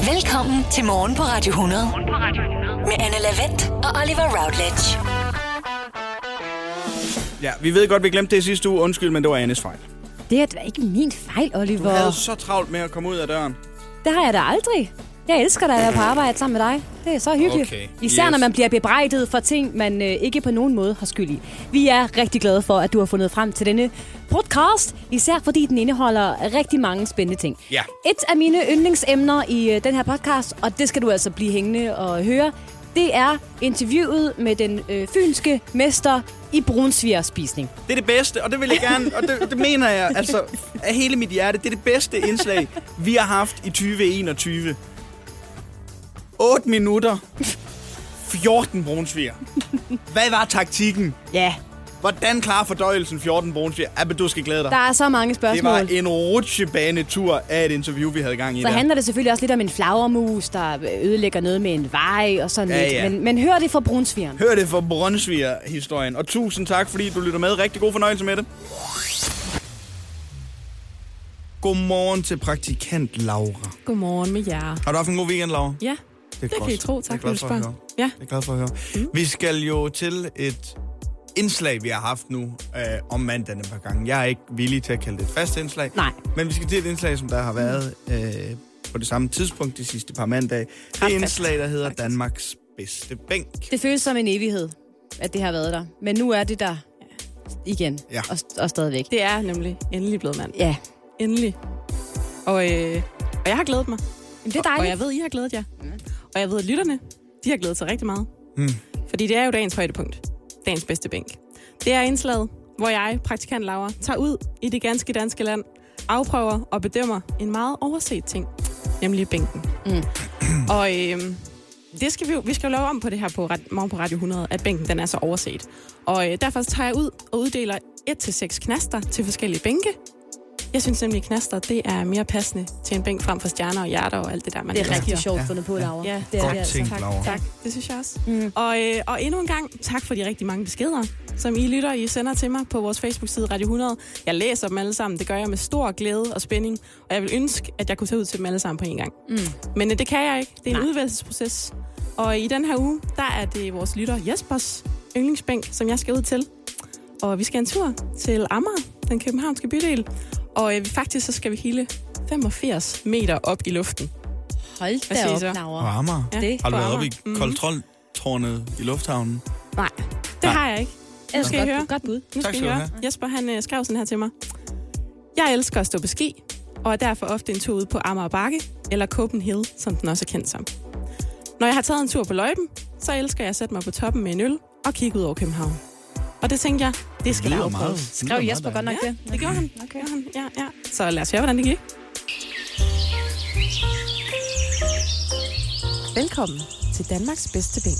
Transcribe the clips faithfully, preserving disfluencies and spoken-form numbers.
Velkommen til Morgen på Radio hundrede. Med Anne Lavent og Oliver Routledge. Ja, vi ved godt, vi glemte det sidste uge. Undskyld, men det var Annes fejl. Det er da ikke min fejl, Oliver. Du havde så travlt med at komme ud af døren. Det har jeg da aldrig. Jeg elsker da at være på arbejde sammen med dig. Det er så hyggeligt. Okay. Især Yes. når man bliver bebrejdet for ting, man øh, ikke på nogen måde har skyld i. Vi er rigtig glade for, at du har fundet frem til denne podcast. Især fordi den indeholder rigtig mange spændende ting. Ja. Et af mine yndlingsemner i øh, den her podcast, og det skal du altså blive hængende og høre, det er interviewet med den øh, fynske mester i brunsvigerspisning. Det er det bedste, og det vil jeg gerne, og det, det mener jeg altså af hele mit hjerte. Det er det bedste indslag, vi har haft i tyve enogtyve. otte minutter, fjorten brunsviger. Hvad var taktikken? Ja. Hvordan klarer fordøjelsen fjorten brunsviger? Abbe, du skal glæde dig. Der er så mange Det spørgsmål. var en rutsjebanetur af et interview, vi havde gang i Så der. handler det selvfølgelig også lidt om en flagermus, der ødelægger noget med en vej og sådan Ja, lidt. ja. Men, men hør det fra brunsvigeren. Hør det for brunsviger-historien. Og tusind tak, fordi du lytter med. Rigtig god fornøjelse med det. Godmorgen til praktikant Laura. Godmorgen med jer. Har du haft en god weekend, Laura? Ja, Det, det kan I tro. Tak for, at du spørger. Ja. Jeg er glad for at høre. Mm. Vi skal jo til et indslag, vi har haft nu øh, om mandagen et par gange. Jeg er ikke villig til at kalde det et fast indslag. Nej. Men vi skal til et indslag, som der har været øh, på det samme tidspunkt de sidste par mandage. Det er et indslag, der hedder Danmarks bedste bænk. Det føles som en evighed, at det har været der. Men nu er det der igen. Ja. Og, og stadigvæk. Det er nemlig endelig blevet mand. Ja. Endelig. Og, øh, og jeg har glædet mig. Men det er Og, dejligt. og jeg ved, I har glædet jer. Mm. Og jeg ved, at lytterne, de har glædet sig rigtig meget. Mm. Fordi det er jo dagens højdepunkt. Dagens bedste bænk. Det er indslaget, hvor jeg, praktikant Laura, tager ud i det ganske danske land, afprøver og bedømmer en meget overset ting. Nemlig bænken. Mm. Og øh, det skal vi, jo, vi skal jo lave om på det her på Morgen på Radio hundrede, at bænken den er så overset. Og øh, derfor tager jeg ud og uddeler et til seks knaster til forskellige bænke. Jeg synes nemlig, at knaster, det er mere passende til en bænk frem for stjerner og hjerter og alt det der, man Det er elsker. rigtig sjovt fundet på, Laura. Ja, det er godt det altså. tænkt, Tak, Laura. tak. Det synes jeg også. Mm. Og, øh, og endnu en gang, tak for de rigtig mange beskeder, som I lytter, I sender til mig på vores Facebook-side Radio hundrede. Jeg læser dem alle sammen. Det gør jeg med stor glæde og spænding. Og jeg vil ønske, at jeg kunne tage ud til dem alle sammen på en gang. Mm. Men øh, det kan jeg ikke. Det er en Nej. udvalgelsesproces. Og i den her uge, der er det vores lytter Jespers yndlingsbænk, som jeg skal ud til. Og vi skal en tur til Amager, den københavnske bydel. Og øh, faktisk så skal vi hele femogfirs meter op i luften. Hold Hvad da siger I op, så? Laura. På Amager. Ja. Det Har du på været oppe i Amager. Mhm. kontroltårnet i lufthavnen? Nej, det Nej. har jeg ikke. Nu skal I godt, høre. godt bud. Nu Tak skal I skal du høre. have. Jesper, han øh, skrev sådan her til mig. Jeg elsker at stå på ski, og er derfor ofte en tur ud på Amager Bakke, eller Copenhagen, som den også er kendt som. Når jeg har taget en tur på Løjpen, så elsker jeg at sætte mig på toppen med en øl og kigge ud over København. Og det tænkte jeg, det skal jeg lyder afprøve. meget- Skrev lyder Jesper meget godt nok Ja, det? det gjorde han. Okay. Gjorde han. Ja, ja. Så lad os høre, hvordan det gik. Velkommen til Danmarks bedste bænk.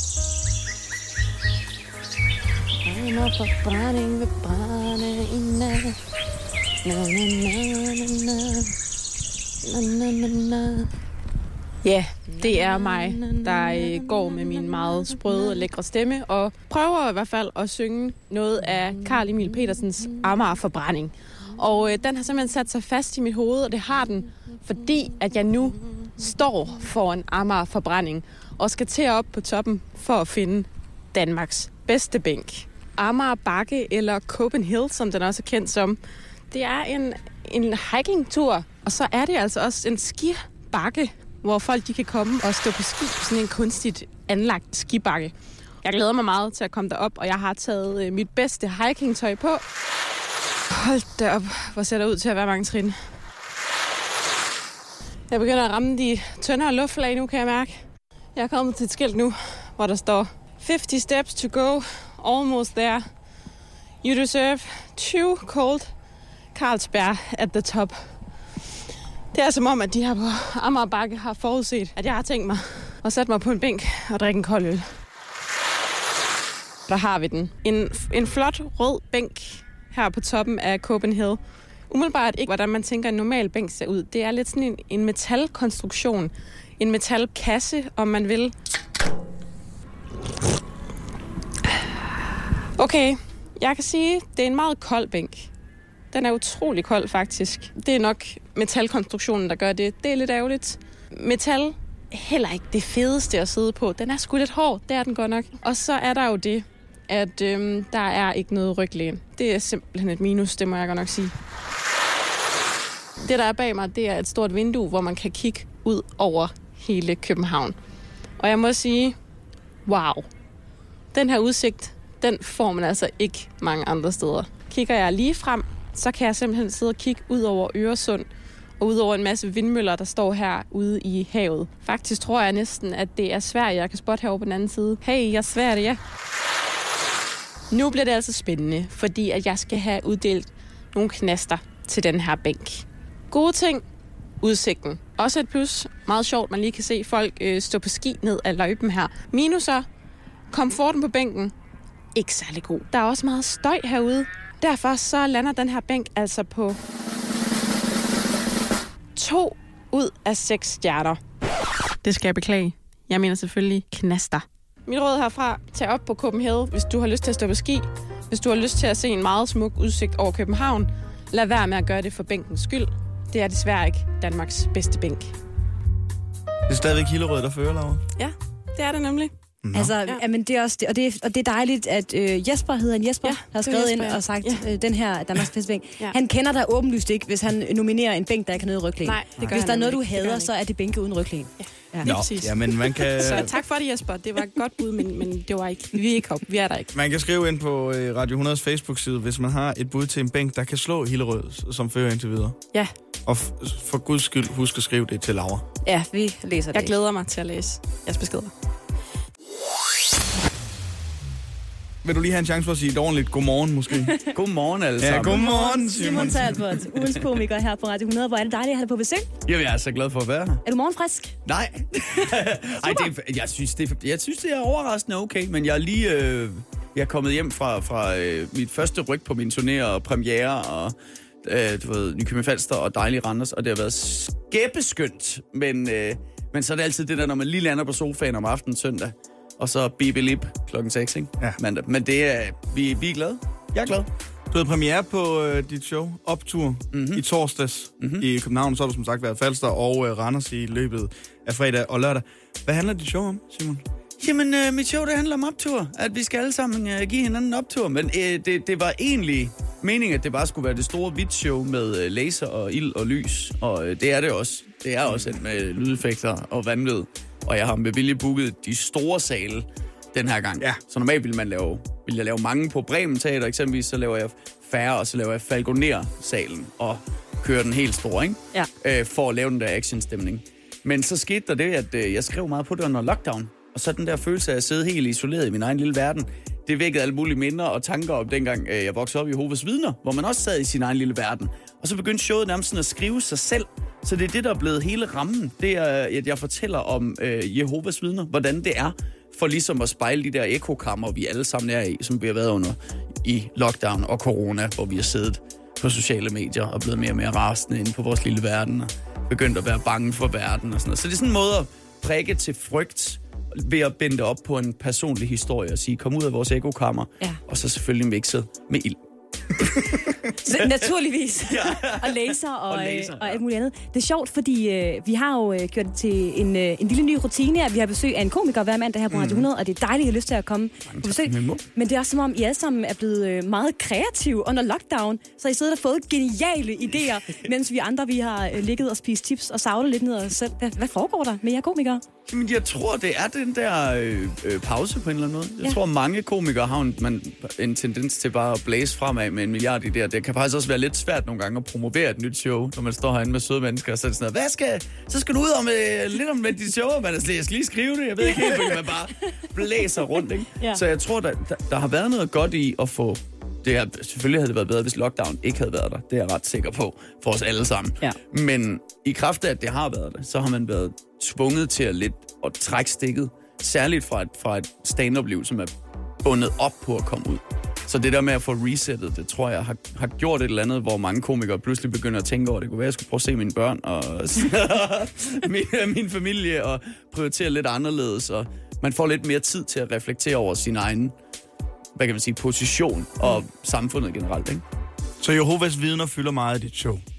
Brænder for brænding vil brænde i nat. Na, na, na, na, na, na, na. Ja, det er mig, der øh, går med min meget sprøde og lækre stemme, og prøver i hvert fald at synge noget af Carl Emil Petersens Amager Forbrænding. Og øh, den har simpelthen sat sig fast i mit hoved, og det har den, fordi at jeg nu står foran Amager Forbrænding og skal til op på toppen for at finde Danmarks bedste bænk. Amager Bakke, eller Copenhagen, som den også er kendt som, det er en, en hikingtur, og så er det altså også en skibakke, hvor folk de kan komme og stå på ski på sådan en kunstigt anlagt skibakke. Jeg glæder mig meget til at komme derop, og jeg har taget øh, mit bedste hikingtøj på. Hold da op, hvor ser der ud til at være mange trin. Jeg begynder at ramme de tyndere luftlag nu, kan jeg mærke. Jeg er kommet til et skilt nu, hvor der står fifty steps to go, almost there. You deserve two cold Carlsberg at the top. Det er som om, at de her på Amager Bakke har forudset, at jeg har tænkt mig at sætte mig på en bænk og drikke en kold øl. Der har vi den. En, en flot rød bænk her på toppen af Copenhagen. Umiddelbart ikke, hvordan man tænker, en normal bænk ser ud. Det er lidt sådan en, en metalkonstruktion. En metalkasse, om man vil. Okay, jeg kan sige, det er en meget kold bænk. Den er utrolig kold, faktisk. Det er nok metalkonstruktionen, der gør det. Det er lidt ærgerligt. Metal, heller ikke det fedeste at sidde på. Den er sgu lidt hård, det er den godt nok. Og så er der jo det, at øhm, der er ikke noget ryglæn. Det er simpelthen et minus, det må jeg godt nok sige. Det, der er bag mig, det er et stort vindue, hvor man kan kigge ud over hele København. Og jeg må sige, wow. Den her udsigt, den får man altså ikke mange andre steder. Kigger jeg lige frem, så kan jeg simpelthen sidde og kigge ud over Øresund, og ud over en masse vindmøller, der står her ude i havet. Faktisk tror jeg næsten, at det er Sverige, jeg kan spotte herovre på den anden side. Hey, jeg er Sverige, ja. Nu bliver det altså spændende, fordi at jeg skal have uddelt nogle knaster til den her bænk. Gode ting, udsigten. Også et plus. Meget sjovt, man lige kan se folk øh, stå på ski ned ad løjpen her. Minuser. Komforten på bænken. Ikke særlig god. Der er også meget støj herude. Derfor så lander den her bænk altså på to ud af seks stjerner. Det skal jeg beklage. Jeg mener selvfølgelig knaster. Mit råd herfra, tag op på Copenhagen, hvis du har lyst til at stå på ski. Hvis du har lyst til at se en meget smuk udsigt over København, lad være med at gøre det for bænkens skyld. Det er desværre ikke Danmarks bedste bænk. Det er stadigvæk Hillerød, der fører, Laura. Ja, det er det nemlig. No. Altså, ja. Jamen, det er også det, og det er, og det er dejligt, at øh, Jesper hedder en Jesper, ja, har skrevet Jesper, ind og sagt, ja. øh, den her Danmarks bedste bænk. Ja. Han kender dig åbenlyst ikke, hvis han nominerer en bænk, der ikke har noget ryglæn. Nej, det gør Hvis der er noget, du ikke. hader, så er det bænke uden ryglæn. Ja. Ja. Nå, ja, men man kan... Så tak for det, Jesper. Det var et godt bud, men, men det var ikke. Vi er ikke op. Vi er der ikke. Man kan skrive ind på øh, Radio hundredes Facebook-side, hvis man har et bud til en bænk, der kan slå Hillerød, som fører indtil videre. Ja. Og f- for guds skyld, husk at skrive det til Laura. Ja, vi læser det. Jeg glæder mig til at læse jeres beskeder. Vil du lige have en chance for at sige et ordentligt godmorgen, måske? Godmorgen alle Ja, sammen. godmorgen, Simon Simon. Talbot, ugens komiker her på Radio hundrede. Hvor er det dejligt at have dig på besøg. Jamen, jeg er så glad for at være her. Er du morgenfrisk? Nej. Ej, det er, jeg, synes, det er, jeg synes, det er overraskende okay, men jeg er lige øh, jeg er kommet hjem fra, fra øh, mit første ryg på min turné og premiere og øh, du ved, Nykøbing Falster og dejlige Randers, og det har været skæppeskønt, men, øh, men så er det altid det der, når man lige lander på sofaen om aftenen søndag, og så bibelip klokken seks, ikke? Ja. Mandag. Men det er, vi, vi er glade. Jeg er glad. Du havde premiere på øh, dit show, Optur, mm-hmm. i torsdags mm-hmm. i København. Så har du som sagt været Falster og øh, Randers i løbet af fredag og lørdag. Hvad handler dit show om, Simon? Jamen, øh, mit show, det handler om optur. At vi skal alle sammen øh, give hinanden en optur. Men øh, det, det var egentlig meningen, at det bare skulle være det store vidt show med øh, laser og ild og lys. Og øh, det er det også. Det er også et med lydeffekter og vanvid. Og jeg har med vilje booket de store sale den her gang. Ja. Så normalt ville man lave, ville jeg lave mange på Bremen Teater eksempelvis, så laver jeg færre, og så laver jeg Falconer-salen og kører den helt store, ikke? Ja. Øh, for at lave den der actionstemning. Men så skete der det, at øh, jeg skrev meget på det under lockdown. Og så den der følelse af at sidde helt isoleret i min egen lille verden, det vækkede alle mulige minder og tanker om dengang øh, jeg voksede op i Jehovas Vidner, hvor man også sad i sin egen lille verden. Og så begyndte showet nærmest sådan at skrive sig selv. Så det er det, der er blevet hele rammen. Det er, at jeg fortæller om øh, Jehovas Vidner, hvordan det er, for ligesom at spejle de der ekokammer, vi alle sammen er i, som vi har været under i lockdown og corona, hvor vi har siddet på sociale medier og blevet mere og mere rasende inde på vores lille verden, og begyndt at være bange for verden og sådan noget. Så det er sådan en måde at prikke til frygt ved at binde op på en personlig historie og sige, kom ud af vores ekokammer, Ja. og så selvfølgelig mixet med ild. Så, naturligvis. Ja. og laser og, Og og, laser, og ja. alt muligt andet. Det er sjovt, fordi øh, vi har jo øh, gjort det til en, øh, en lille ny rutine, at vi har besøg af en komiker hver mandag her på Radio hundrede, og det er dejligt, at I har lyst til at komme på besøg. Men det er også som om, I alle sammen er blevet øh, meget kreative under lockdown, så I sidder og fået geniale idéer, mens vi andre vi har øh, ligget og spist chips og savlet lidt ned ad os selv. Hvad, hvad foregår der med jer komikere? Jamen, jeg tror, det er den der øh, øh, pause på en eller anden måde. Jeg Ja. tror, mange komikere har en, man, en tendens til bare at blæse fremad med en milliard idéer. Det kan faktisk også være lidt svært nogle gange at promovere et nyt show, når man står herinde med søde mennesker, og så er det sådan noget, hvad skal, så skal du ud om øh, lidt om med dit show, man. Altså, jeg skal lige skrive det, jeg ved ikke helt, fordi man bare blæser rundt, ikke? Ja. Så jeg tror, der, der, der har været noget godt i at få... Det her, selvfølgelig havde det været bedre, hvis lockdown ikke havde været der. Det er jeg ret sikker på for os alle sammen. Ja. Men i kraft af, at det har været der, så har man været tvunget til at lidt at trække stikket. Særligt fra et, fra et stand-up-liv, som er bundet op på at komme ud. Så det der med at få resettet, det tror jeg har, har gjort et eller andet, hvor mange komikere pludselig begynder at tænke over, det kunne være, at jeg skulle prøve at se mine børn og min, min familie og prioritere lidt anderledes. Og man får lidt mere tid til at reflektere over sin egen, hvad kan man sige, position og samfundet generelt, ikke? Så Jehovas Vidner fylder meget i dit show.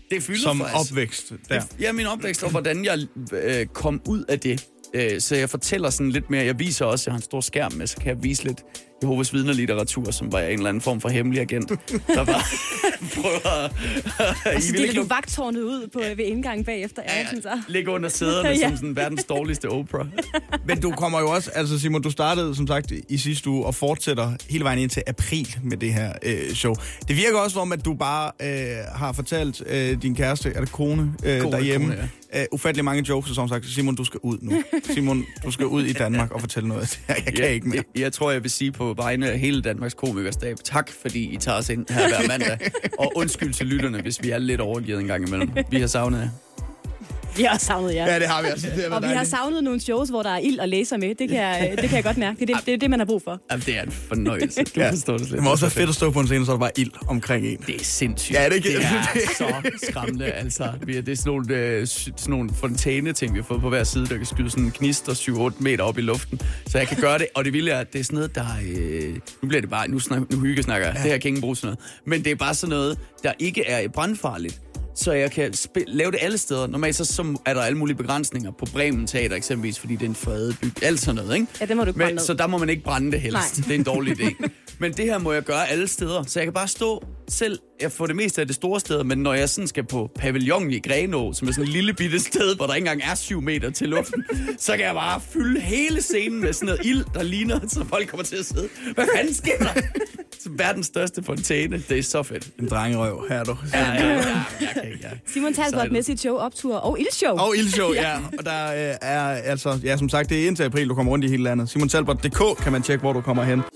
Det fylder som faktisk. opvækst der. Det, ja, min opvækst, og hvordan jeg øh, kom ud af det. Øh, så jeg fortæller sådan lidt mere. Jeg viser også, at jeg har en stor skærm med, så kan jeg vise lidt Jehovas vidner-litteratur, som var en eller anden form for hemmelig agent, der bare prøver at... Og så deler du vagtårnet ud på, ved indgangen bagefter. Ja, ja, ja, ligge under sæderne ja. som sådan verdens dårligste Oprah. Men du kommer jo også, altså Simon, du startede som sagt i sidste uge og fortsætter hele vejen ind til april med det her øh, show. Det virker også som, at du bare øh, har fortalt øh, din kæreste, er det kone, øh, kone derhjemme, kone, ja. øh, ufattelig mange jokes, og som sagt, Simon, du skal ud nu. Simon, du skal ud i Danmark og fortælle noget. Jeg kan ja, ikke mere. Jeg, jeg tror, jeg vil sige på vegne af hele Danmarks komikerstab, tak fordi I tager os ind her hver mandag. Og undskyld til lytterne, hvis vi er lidt overgivet en gang imellem. Vi har savnet jer. Vi har savnet jer. Ja, det har vi altså. Det og vi har savnet nogle shows, hvor der er ild og læser med. Det kan jeg, det kan jeg godt mærke. Det er det, det, er det man har brug for. Jamen, det er en fornøjelse. Du ja. forstår det slet. Det må også være fedt at stå på en scene, så der bare ild omkring en. Det er sindssygt. Ja, det, det er så skræmmende, altså. Det er sådan nogle, øh, sådan nogle fontæne-ting, vi har fået på hver side, der kan skyde sådan en knister syv otte meter op i luften. Så jeg kan gøre det, og det vilde er, at det er sådan noget, der... Øh, nu bliver det bare... Nu, snak, nu hyggesnakker jeg. Ja. Det her kan ingen bruge sådan noget. Men det er bare sådan noget, der ikke er brandfarligt. Så jeg kan spil- lave det alle steder. Normalt så, så er der alle mulige begrænsninger på Bremen Teater eksempelvis, fordi det er en fredet byg. Alt sådan noget, ikke? Ja, det må du ikke brænde. Så der må man ikke brænde det helst. Nej. Det er en dårlig idé. Men det her må jeg gøre alle steder. Så jeg kan bare stå selv, jeg får det meste af det store sted, men når jeg sådan skal på pavillonen i Grenå, som er sådan en lille bitte sted, hvor der ikke engang er syv meter til luften, så kan jeg bare fylde hele scenen med sådan noget ild, der ligner, så folk kommer til at sidde. Hvad fanden sker der? Verdens største fontæne. Det er så fedt. En drengerøv, her er du. Ja, ja, ja. Jeg kan ikke, ja. Simon Talbot med sit show, optur og ildshow. Og ildshow, ja. Og der øh, er altså, ja, som sagt, det er indtil april, du kommer rundt i hele landet. Simon Talbot punktum d k kan man tjekke, hvor du kommer hen.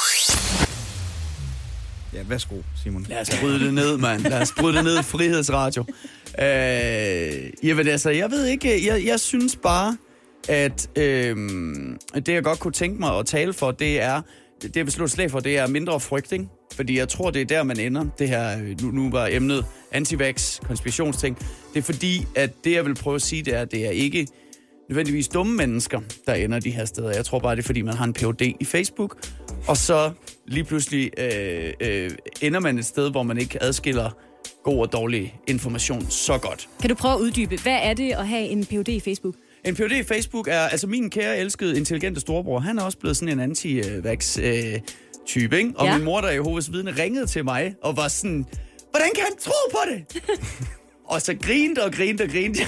Ja, værsgo, Simon. Lad os bryde det ned, mand. Lad os bryde det ned i Frihedsradio. Øh, jamen altså, jeg ved ikke, jeg, jeg synes bare, at øh, det, jeg godt kunne tænke mig at tale for, det er, det jeg vil slå et slag for, det er mindre frygt, ikke? Fordi jeg tror, det er der, man ender. Det her, nu, nu var emnet anti-vax, konspirationsting. Det er fordi, at det, jeg vil prøve at sige, det er, at det er ikke nødvendigvis dumme mennesker, der ender de her steder. Jeg tror bare, det er, fordi man har en P H D i Facebook, og så lige pludselig øh, øh, ender man et sted, hvor man ikke adskiller god og dårlig information så godt. Kan du prøve at uddybe, hvad er det at have en P H D i Facebook? En P H D i Facebook er, altså min kære, elskede, intelligente storebror, han er også blevet sådan en anti-vax øh, type, ikke? Og ja. Min mor, der er Jehovas vidne, ringede til mig og var sådan, hvordan kan han tro på det? Og så grinte og grinte og grinte.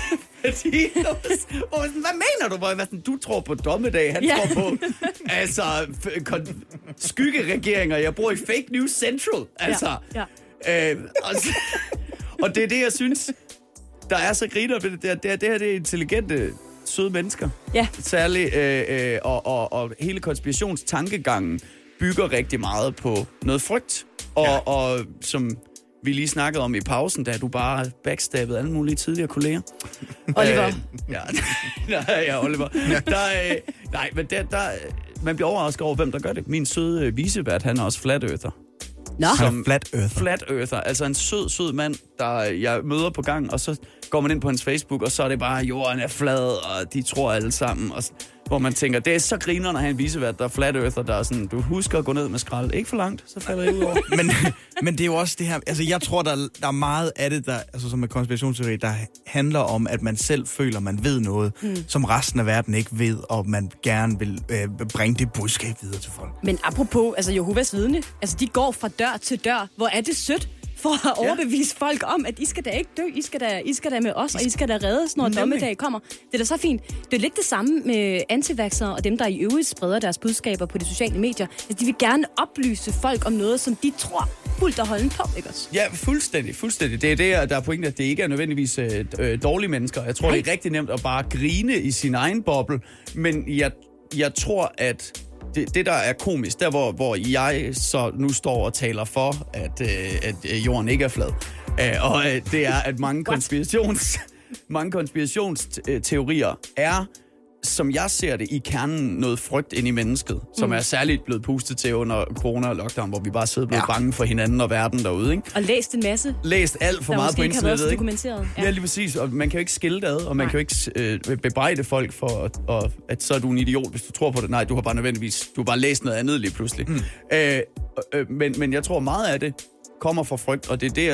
Fordi, og sådan, hvad mener du? Hvor jeg var sådan, du tror på dommedag, han ja. tror på altså, kon- skyggeregeringer. Jeg bor i Fake News Central. Altså, ja. Ja. Øh, og, og det er det, jeg synes, der er så griner ved det. Det er det, er, det, her, det er intelligente, søde mennesker. Ja. Særligt, øh, øh, og, og, og hele konspirationstankegangen bygger rigtig meget på noget frygt. Og, ja. og som vi lige snakkede om i pausen, da du bare backstabbede alle mulige tidligere kolleger. Oliver. Øh, ja, nej, ja, Oliver. Der, øh, nej, men der, der, man bliver overrasket over, hvem der gør det. Min søde øh, vicevært, han er også flat earther. Nå. Som flat earther. Flat earther, altså en sød, sød mand, der jeg møder på gang, og så går man ind på hans Facebook, og så er det bare, jorden er flad, og de tror alle sammen, og hvor man tænker, det er så griner, når han en visevært, der er flat earther, der er sådan, du husker at gå ned med skrald. Ikke for langt, så falder jeg ud over. men, men det er jo også det her, altså jeg tror, der, der er meget af det, der, altså som med konspirationsteori, der handler om, at man selv føler, man ved noget, mm. som resten af verden ikke ved, og man gerne vil øh, bringe det budskab videre til folk. Men apropos, altså Jehovas vidne, altså de går fra dør til dør. Hvor er det sødt for at overbevise ja. folk om, at I skal da ikke dø, I skal da, I skal da med os, og I skal da reddes, når dommedag kommer. Det er da så fint. Det er lidt det samme med antivaxere og dem, der i øvrigt spreder deres budskaber på de sociale medier. Altså, de vil gerne oplyse folk om noget, som de tror fuldt og holden på, ikke også? Ja, fuldstændig, fuldstændig. Det er det, der er pointen, at det ikke er nødvendigvis øh, dårlige mennesker. Jeg tror, Ej. det er rigtig nemt at bare grine i sin egen boble, men jeg, jeg tror, at Det, det, der er komisk, der hvor, hvor jeg så nu står og taler for, at, øh, at jorden ikke er flad, øh, og øh, det er, at mange, konspirations, mange konspirationsteorier er, som jeg ser det, i kernen noget frygt ind i mennesket, som mm. er særligt blevet pustet til under corona og lockdown, hvor vi bare sidder blevet ja. bange for hinanden og verden derude, ikke? Og læst en masse. Læst alt for der meget på internettet, ikke? Dokumenteret. Ja. ja, lige præcis. Og man kan jo ikke skille det ad, og man Nej. kan jo ikke øh, bebrejde folk for, at, og, at så er du en idiot, hvis du tror på det. Nej, du har bare nødvendigvis, du har bare læst noget andet lige pludselig. Mm. Øh, øh, men, men jeg tror meget af det kommer fra frygt, og det er det, jeg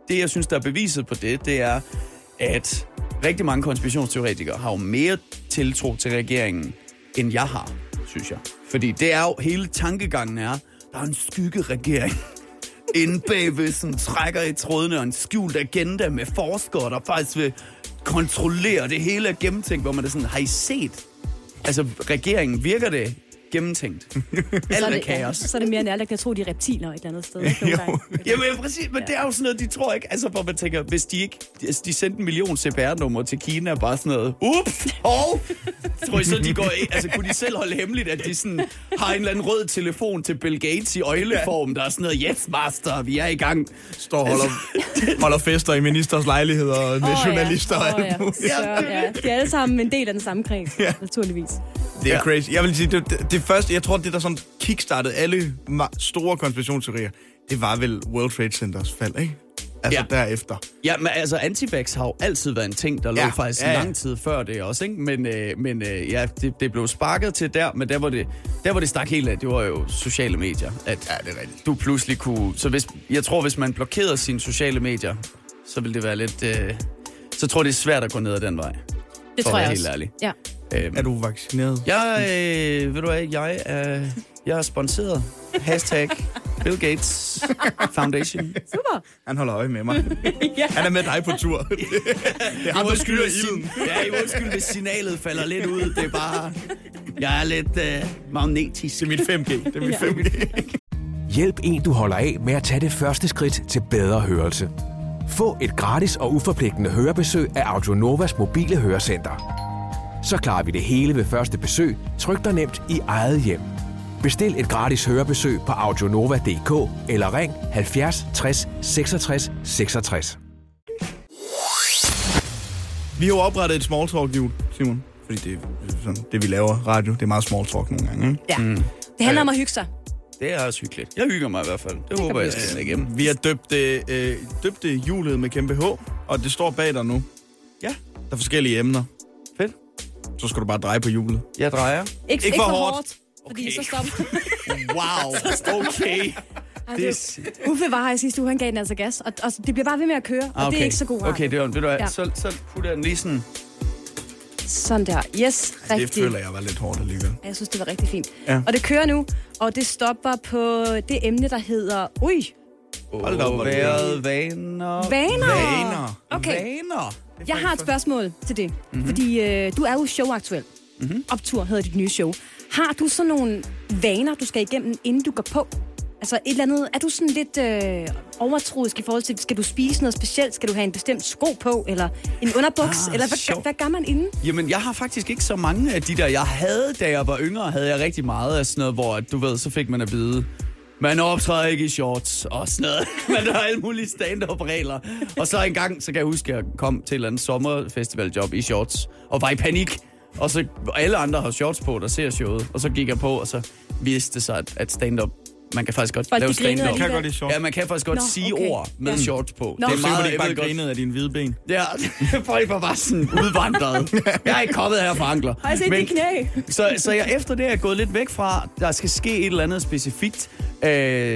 det, jeg synes, der er beviset på det, det er, at rigtig mange konspirationsteoretikere har jo mere tiltro til regeringen, end jeg har, synes jeg. Fordi det er jo, hele tankegangen er, der er en skyggeregering inde bagved, som trækker i trådene, og en skjult agenda med forskere, der faktisk vil kontrollere det hele af gennemtænkt, hvor man er sådan, har I set? Altså, regeringen, virker det gennemtænkt? Alt er kaos. Så er det mere nærlæggende at tro, de er reptiler et eller andet sted. Ikke? Jamen, præcis, men ja. Det er jo sådan noget, de tror ikke. Altså, hvor man tænker, hvis de ikke... Altså, de sendte en million C P R-numre til Kina, bare sådan noget... Ups! Hov! Tror I så, de går ind... Altså, kunne de selv holde hemmeligt, at de sådan har en eller anden rød telefon til Bill Gates i øjleform, der er sådan noget, yes, master, vi er i gang. Står og holder, holder fester i ministers lejligheder og oh, nationalister ja. og oh, alt ja. muligt. Så, ja. De er alle sammen en del af den samme kreds, ja. Naturligvis. Det er ja. crazy. Jeg vil sige, det, det, det første, jeg tror, det der sådan kickstartede alle store konspirationsteorier, det var vel World Trade Centers fald, ikke? Altså ja. derefter. Ja, men altså antivax har jo altid været en ting, der lå ja. faktisk ja, ja. lang tid før det også, ikke? Men, øh, men øh, ja, det, det blev sparket til der, men der hvor det, der hvor det stak helt af, det var jo sociale medier. At ja, det er rigtigt. Du pludselig kunne... Så hvis, jeg tror, hvis man blokerede sine sociale medier, så ville det være lidt... Øh, så tror jeg, det er svært at gå ned ad den vej. Det tror jeg helt også. Ærlig. Ja. Øhm, er du vaccineret? Jeg, øh, ved du hvad, jeg er, jeg er sponsoreret. Hashtag Bill Gates Foundation. Super. Han holder øje med mig. ja. Han er med dig på tur. det er ham, der skylder ilden. Ja, I undskyld, hvis signalet falder lidt ud. Det er bare... Jeg er lidt øh, magnetisk. Det er mit fem G. Det er mit ja. fem G. Hjælp en, du holder af med at tage det første skridt til bedre hørelse. Få et gratis og uforpligtende hørebesøg af Audionovas mobile hørecenter. Så klarer vi det hele ved første besøg, tryk dig nemt i eget hjem. Bestil et gratis hørebesøg på audionova punktum d k eller ring halvfjerds tres seksogtres seksogtres. Vi har jo oprettet et small talk-hjul, Simon. Fordi det er sådan, det, vi laver radio, det er meget small talk nogle gange, ikke? Ja, mm. det handler om at hygge sig. Det er også hyggeligt. Jeg hygger mig i hvert fald. Det, det håber jeg, jeg skal igennem. Vi har døbt, øh, døbt hjulet med kæmpe H, og det står bag dig nu. Ja. Der er forskellige emner. Fedt. Så skal du bare dreje på hjulet. Jeg drejer. Ikke, ikke for, for hårdt, hårdt fordi okay. så stopper. Wow, okay. Altså, Uffe var her i sidste uge, han gav den altså gas, og, og det bliver bare ved med at køre, og okay. det er ikke så god radio. Okay, det var, ved du hvad, ja. så, så putter jeg den lige sådan... Sådan der, yes, rigtigt. Det føler jeg var lidt hårdt alligevel. Jeg synes, det var rigtig fint. Ja. Og det kører nu, og det stopper på det emne, der hedder... Ui! Hold op, været vaner. Vaner? Vaner. Okay. Vaner. Jeg har et spørgsmål til det, mm-hmm. fordi øh, du er jo showaktuel. Mm-hmm. Optur hedder dit nye show. Har du sådan nogle vaner, du skal igennem, inden du går på? Altså et eller andet, er du sådan lidt øh, overtroisk i forhold til, skal du spise noget specielt? Skal du have en bestemt sko på, eller en underbuks? Ah, eller hvad, hvad gør man inden? Jamen, jeg har faktisk ikke så mange af de der. Jeg havde, da jeg var yngre, havde jeg rigtig meget af sådan noget, hvor du ved, så fik man at vide, man optræder ikke i shorts og sådan noget. Man har alle mulige stand-up-regler. Og så en gang, så kan jeg huske, at jeg kom til et eller andet sommerfestivaljob i shorts, og var i panik. Og så alle andre har shorts på, der ser showet. Og så gik jeg på, og så viste det sig, at, at stand-up, man kan faktisk godt folk, lave stand-up. Kan godt i shorts. Ja, man kan faktisk godt Nå, sige okay. ord med ja. shorts på. Nå. Det er meget, det bare grinede af dine hvide ben. Ja, folk var bare sådan udvandret. Jeg er ikke kommet her fra ankler. Har jeg set dit knæ? Så, så jeg efter det er jeg gået lidt væk fra, der skal ske et eller andet specifikt. Øh,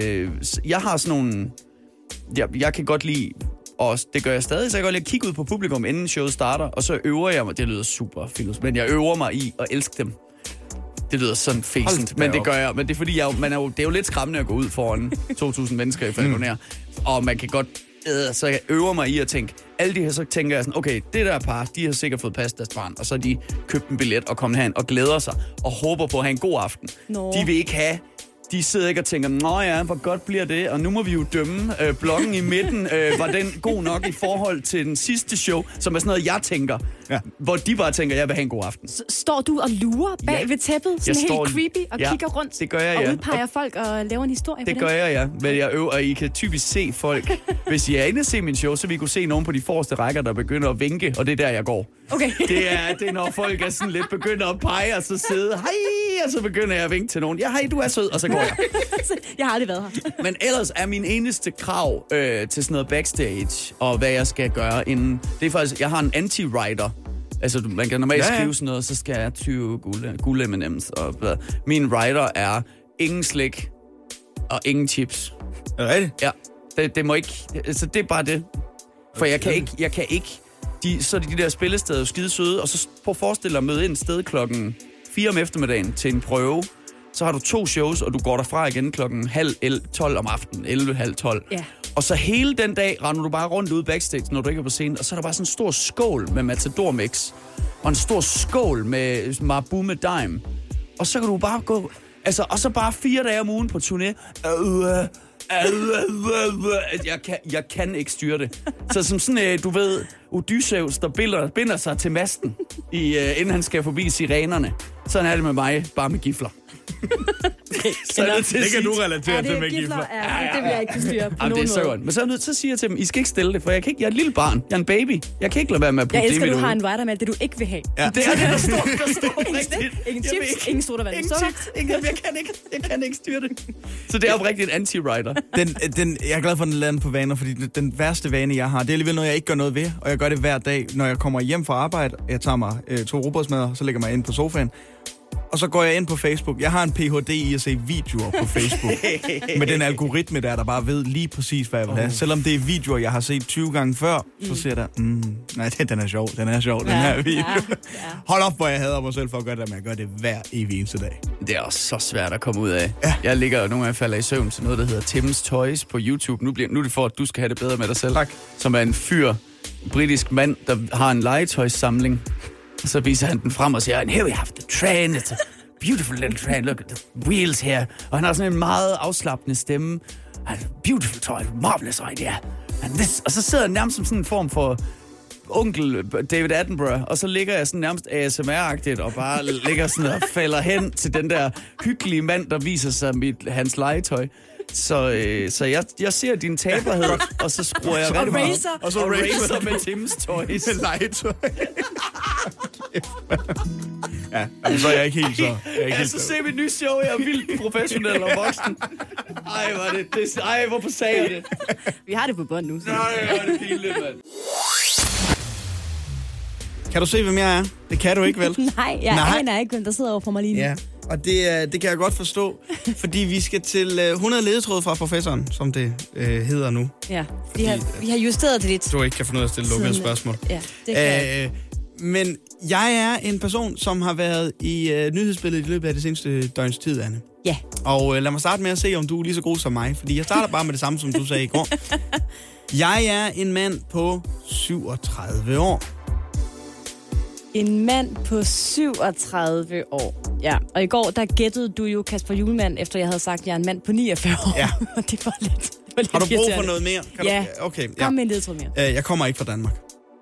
jeg har sådan nogle... Jeg, jeg kan godt lide... Og det gør jeg stadig, så jeg kan godt lide at kigge ud på publikum, inden showet starter, og så øver jeg mig, det lyder super filos, men jeg øver mig i at elske dem. Det lyder sådan fæsent, men det gør jeg. Men det er fordi, jeg, man er jo, det er jo lidt skræmmende at gå ud foran to tusind mennesker i Falconer. Mm. Og man kan godt... Øh, så jeg øver mig i at tænke, alle de her, så tænker jeg sådan, okay, det der par, de har sikkert fået passet deres barn, og så har de købt en billet og kommet herind og glæder sig, og håber på at have en god aften. Nå. De vil ikke have... De sidder ikke og tænker, nå ja, hvor godt bliver det, og nu må vi jo dømme. Øh, blokken i midten, øh, var den god nok i forhold til den sidste show, som er sådan noget, jeg tænker. Ja. Hvor de bare tænker, jeg vil have en god aften. S- står du og lurer bag ja. ved tæppet, sådan helt står... creepy, og ja, kigger rundt? Det gør jeg, og ja. udpeger og... folk og laver en historie det på gør jeg, ja. Men jeg øver, og I kan typisk se folk. Hvis I er inde og se min show, så vil I kunne se nogen på de forreste rækker, der begynder at vinke, og det er der, jeg går. Okay. Det er, det er, når folk er sådan lidt begynder at pege, og så sidde, hej, og så begynder jeg at vinke til nogen. Ja, hej, du er sød, og så går jeg. Jeg har aldrig været her. Men ellers er min eneste krav øh, til sådan noget backstage, og hvad jeg skal gøre inden, det er faktisk, jeg har en anti-writer. Altså, man kan normalt ja, ja. skrive sådan noget, så skal jeg tyve guld M and M's. Og hvad. Min writer er ingen slik og ingen chips. Er det rigtigt? Ja. Det, det må ikke... Altså, det er bare det. For jeg kan ikke... Jeg kan ikke de, så er de der spillesteder jo skide søde, og så prøv at forestille dig at møde ind sted klokken fire om eftermiddagen til en prøve. Så har du to shows, og du går derfra igen klokken halv tolv om aftenen, elleve, halv tolv. Ja. Og så hele den dag render du bare rundt ude backstage, når du ikke er på scenen, og så er der bare sådan en stor skål med Matador Mix, og en stor skål med Marabu med Dime. Og så kan du bare gå... Altså, og så bare fire dage om ugen på turné. Jeg kan, jeg kan ikke styre det. Så som sådan, du ved, Odysseus, der binder, binder sig til masten, i, uh, inden han skal forbi sirenerne. Sådan er det med mig, bare med gifler. Okay, så det, det kan du relatere ja, til med gifler. Ja, ja, ja. Det vil jeg ikke kunne styre på Jamen, nogen det er måde. Men så er jeg nødt til at sige til dem, I skal ikke stille det, for jeg, kan ikke, jeg er et lille barn. Jeg er en baby. Jeg kan ikke lade være med at putte jeg elsker, det i du mit har en rider med det, du ikke vil have. Ja. Det er det, der står, der står ingen rigtigt. Ingen chips, ingen sodavand. Ingen chips, ingen, jeg, kan ikke, jeg kan ikke styre det. Så det er oprigtigt en anti-rider. Den, den, jeg er glad for, at den lader på vaner, fordi den, den værste vane, jeg har, det er alligevel noget, jeg ikke gør noget ved, og jeg gør det hver dag, når jeg kommer hjem fra arbejde. Jeg tager mig øh, to rugbrødsmadder, så lægger mig ind på sofaen, og så går jeg ind på Facebook. Jeg har en P H D i at se videoer på Facebook. Med den algoritme der, der bare ved lige præcis, hvad jeg vil have. Oh. Selvom det er videoer, jeg har set tyve gange før, mm. så ser der, mm, nej, den er sjov, den er sjov, ja, den her video. Ja, ja. Hold op, hvor jeg hader mig selv for at gøre det, men jeg gør det hver evig eneste dag. Det er også så svært at komme ud af. Ja. Jeg ligger jo nogle gange falder i søvn til noget, der hedder Tim's Toys på YouTube. Nu, bliver, nu er det for, at du skal have det bedre med dig selv. Tak. Som er en fyr, britisk mand, der har en legetøjssamling. Og så viser han den frem og siger, and here we have the train, it's a beautiful little train, look at the wheels here. Og han har sådan en meget afslappende stemme. Beautiful toy, marvelous idea. And this, og så sidder han nærmest som sådan en form for onkel David Attenborough, og så ligger jeg sådan nærmest A S M R-agtigt og bare ligger sådan og falder hen til den der hyggelige mand, der viser sig mit, hans legetøj. Så, øh, så jeg, jeg ser din taberhed, og så skruer jeg rigtig meget. Og så og racer med Tim's Toys. Legetøj. Ja, altså, så er jeg ikke helt så... Jeg er ikke ja, så se mit nye show, jeg er vildt professionel og voksen. Ej, hvor er det, det... Ej, hvorfor sagde jeg det? Vi har det på bånd nu. Så. Nej, hvor er det pinligt, mand. Kan du se, hvem jeg er? Det kan du ikke, vel? Nej, jeg Nej. aner ikke, hvem der sidder over for mig lige nu. Ja, og det, det kan jeg godt forstå, fordi vi skal til hundrede ledetråde fra professoren, som det øh, hedder nu. Ja, vi har, vi har justeret det lidt. Du ikke kan finde ud af at stille lukkede spørgsmål. Ja, det kan øh, Men jeg er en person, som har været i øh, nyhedsbilledet i løbet af det seneste døgns tid, Anne. Ja. Og øh, lad mig starte med at se, om du er lige så god som mig, fordi jeg starter bare med det samme, som du sagde i går. Jeg er en mand på syvogtredive år. En mand på syvogtredive år. Ja, og i går, der gættede du jo Kasper Hjulmand, efter jeg havde sagt, at jeg er en mand på niogfyrre år. Ja. Det var lidt, det var lidt Har du brug for irriterende. noget mere? Kan ja. Du? Okay, ja. Kom med en ledtråd mere. Uh, jeg kommer ikke fra Danmark.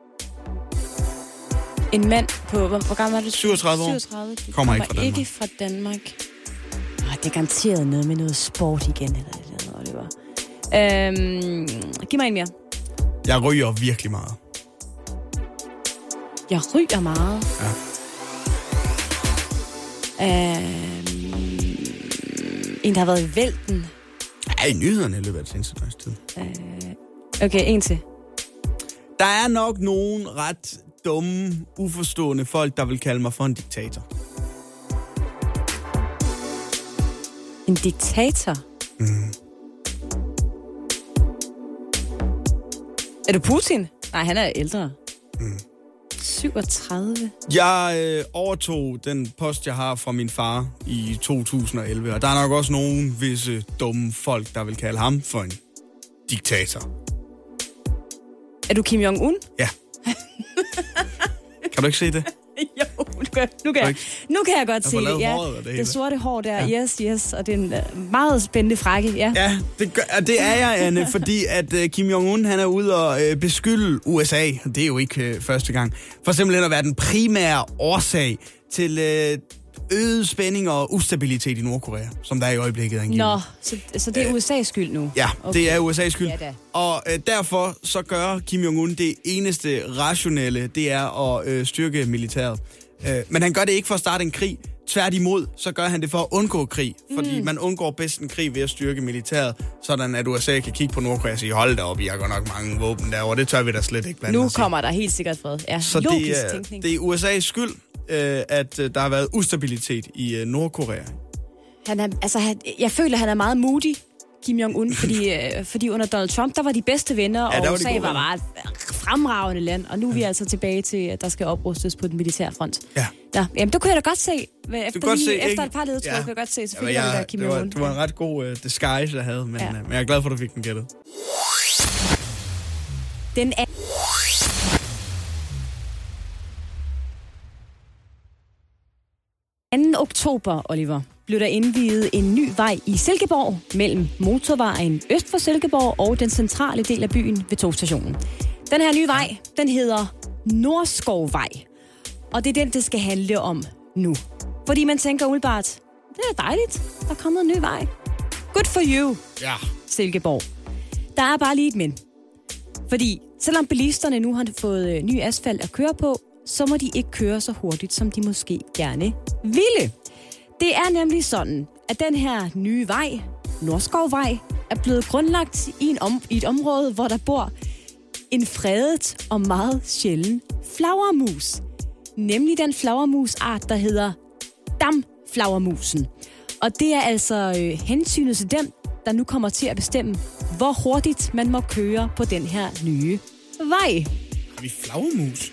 En mand på, hvor, hvor gammel var det? syvogtredive år. syvogtredive. Du kommer, kommer ikke fra Danmark. ikke fra Danmark. Oh, det er garanteret noget med noget sport igen, eller eller noget, det var. Øhm, giv mig en mere. Jeg ryger virkelig meget. Jeg ryger meget. Ja. Øhm, en, der har været i vælten. Ja, i nyhederne i løbet af det seneste døgns tid. Øh, okay, en til. Der er nok nogen ret dumme, uforstående folk, der vil kalde mig for en diktator. En diktator? Mm. Er du Putin? Nej, han er ældre. Mm. syvogtredive. Jeg øh, overtog den post, jeg har fra min far i to tusind og elleve, og der er nok også nogle visse dumme folk, der vil kalde ham for en diktator. Er du Kim Jong-un? Ja. Kan du ikke se det? Jo, nu kan, nu kan, jeg, nu kan jeg godt jeg se det. Ja, det, det, det sorte hår der, ja. yes, yes, og det er en uh, meget spændende frakke, ja. Ja, det, gør, det er jeg, Anne, fordi at uh, Kim Jong-un, han er ude og uh, beskylde U S A, det er jo ikke uh, første gang, for simpelthen at være den primære årsag til uh, øget spænding og ustabilitet i Nordkorea, som der er i øjeblikket angivet. Nå, så, så det er U S A's skyld nu? Ja, okay. Det er U S A's skyld. Ja, og øh, derfor så gør Kim Jong-un det eneste rationelle, det er at øh, styrke militæret. Øh, men han gør det ikke for at starte en krig. Tværtimod, så gør han det for at undgå krig. Fordi mm. man undgår bedst en krig ved at styrke militæret, sådan at U S A kan kigge på Nordkorea og sige, hold da op, I har godt nok mange våben derovre. Det tør vi da slet ikke blande Nu os i. kommer der helt sikkert fred. Ja, så logisk det, er, tænkning. det er U S A's skyld, øh, at øh, der har været ustabilitet i øh, Nordkorea. Han er, altså, han, jeg føler, han er meget moody, Kim Jong-un, fordi, øh, fordi under Donald Trump, der var de bedste venner, ja, og U S A var bare et fremragende land, og nu er vi altså tilbage til, at der skal oprustes på den militære front. Ja. Ja, jamen, det kunne jeg da godt se. Efter, godt lige, se, efter ikke? et par ledetråd, Ja. kunne jeg godt se, selvfølgelig ja, var jeg, det der Kim det var, Jong-un. det var en ret god uh, disguise, jeg havde, men, Ja. uh, men jeg er glad for, at du fik den gættet. Den er... anden oktober, Oliver, blev der indviet en ny vej i Silkeborg mellem motorvejen øst for Silkeborg og den centrale del af byen ved togstationen. Den her nye vej, den hedder Nordskovvej. Og det er den, det skal handle om nu. Fordi man tænker umiddelbart, det er dejligt, der er kommet en ny vej. Good for you, Ja. Silkeborg. Der er bare lige et men. Fordi selvom bilisterne nu har fået øh, ny asfalt at køre på, så må de ikke køre så hurtigt, som de måske gerne ville. Det er nemlig sådan, at den her nye vej, Nordskovvej, er blevet grundlagt i, en om, i et område, hvor der bor en fredet og meget sjælden flagermus. Nemlig den flagermusart, der hedder damflagermusen. Og det er altså øh, hensynet til dem, der nu kommer til at bestemme, hvor hurtigt man må køre på den her nye vej. Har vi flagermus?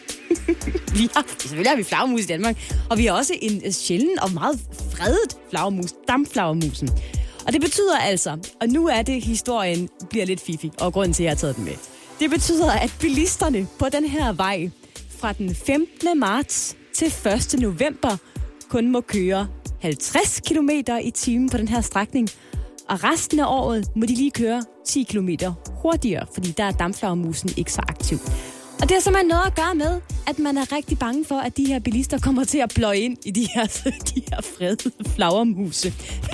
Vi har, selvfølgelig har vi flagermus i Danmark, og vi har også en sjælden og meget fredet flagermus, damflagermusen. Og det betyder altså, og nu er det, historien bliver lidt fiffig, og grunden til, at jeg har taget den med. Det betyder, at bilisterne på den her vej fra den femtende marts til første november kun må køre halvtreds kilometer i timen på den her strækning, og resten af året må de lige køre ti kilometer hurtigere, fordi der er damflagermusen ikke så aktiv. Og det har simpelthen noget at gøre med, at man er rigtig bange for, at de her bilister kommer til at pløje ind i de her, de her fredede flagermuse.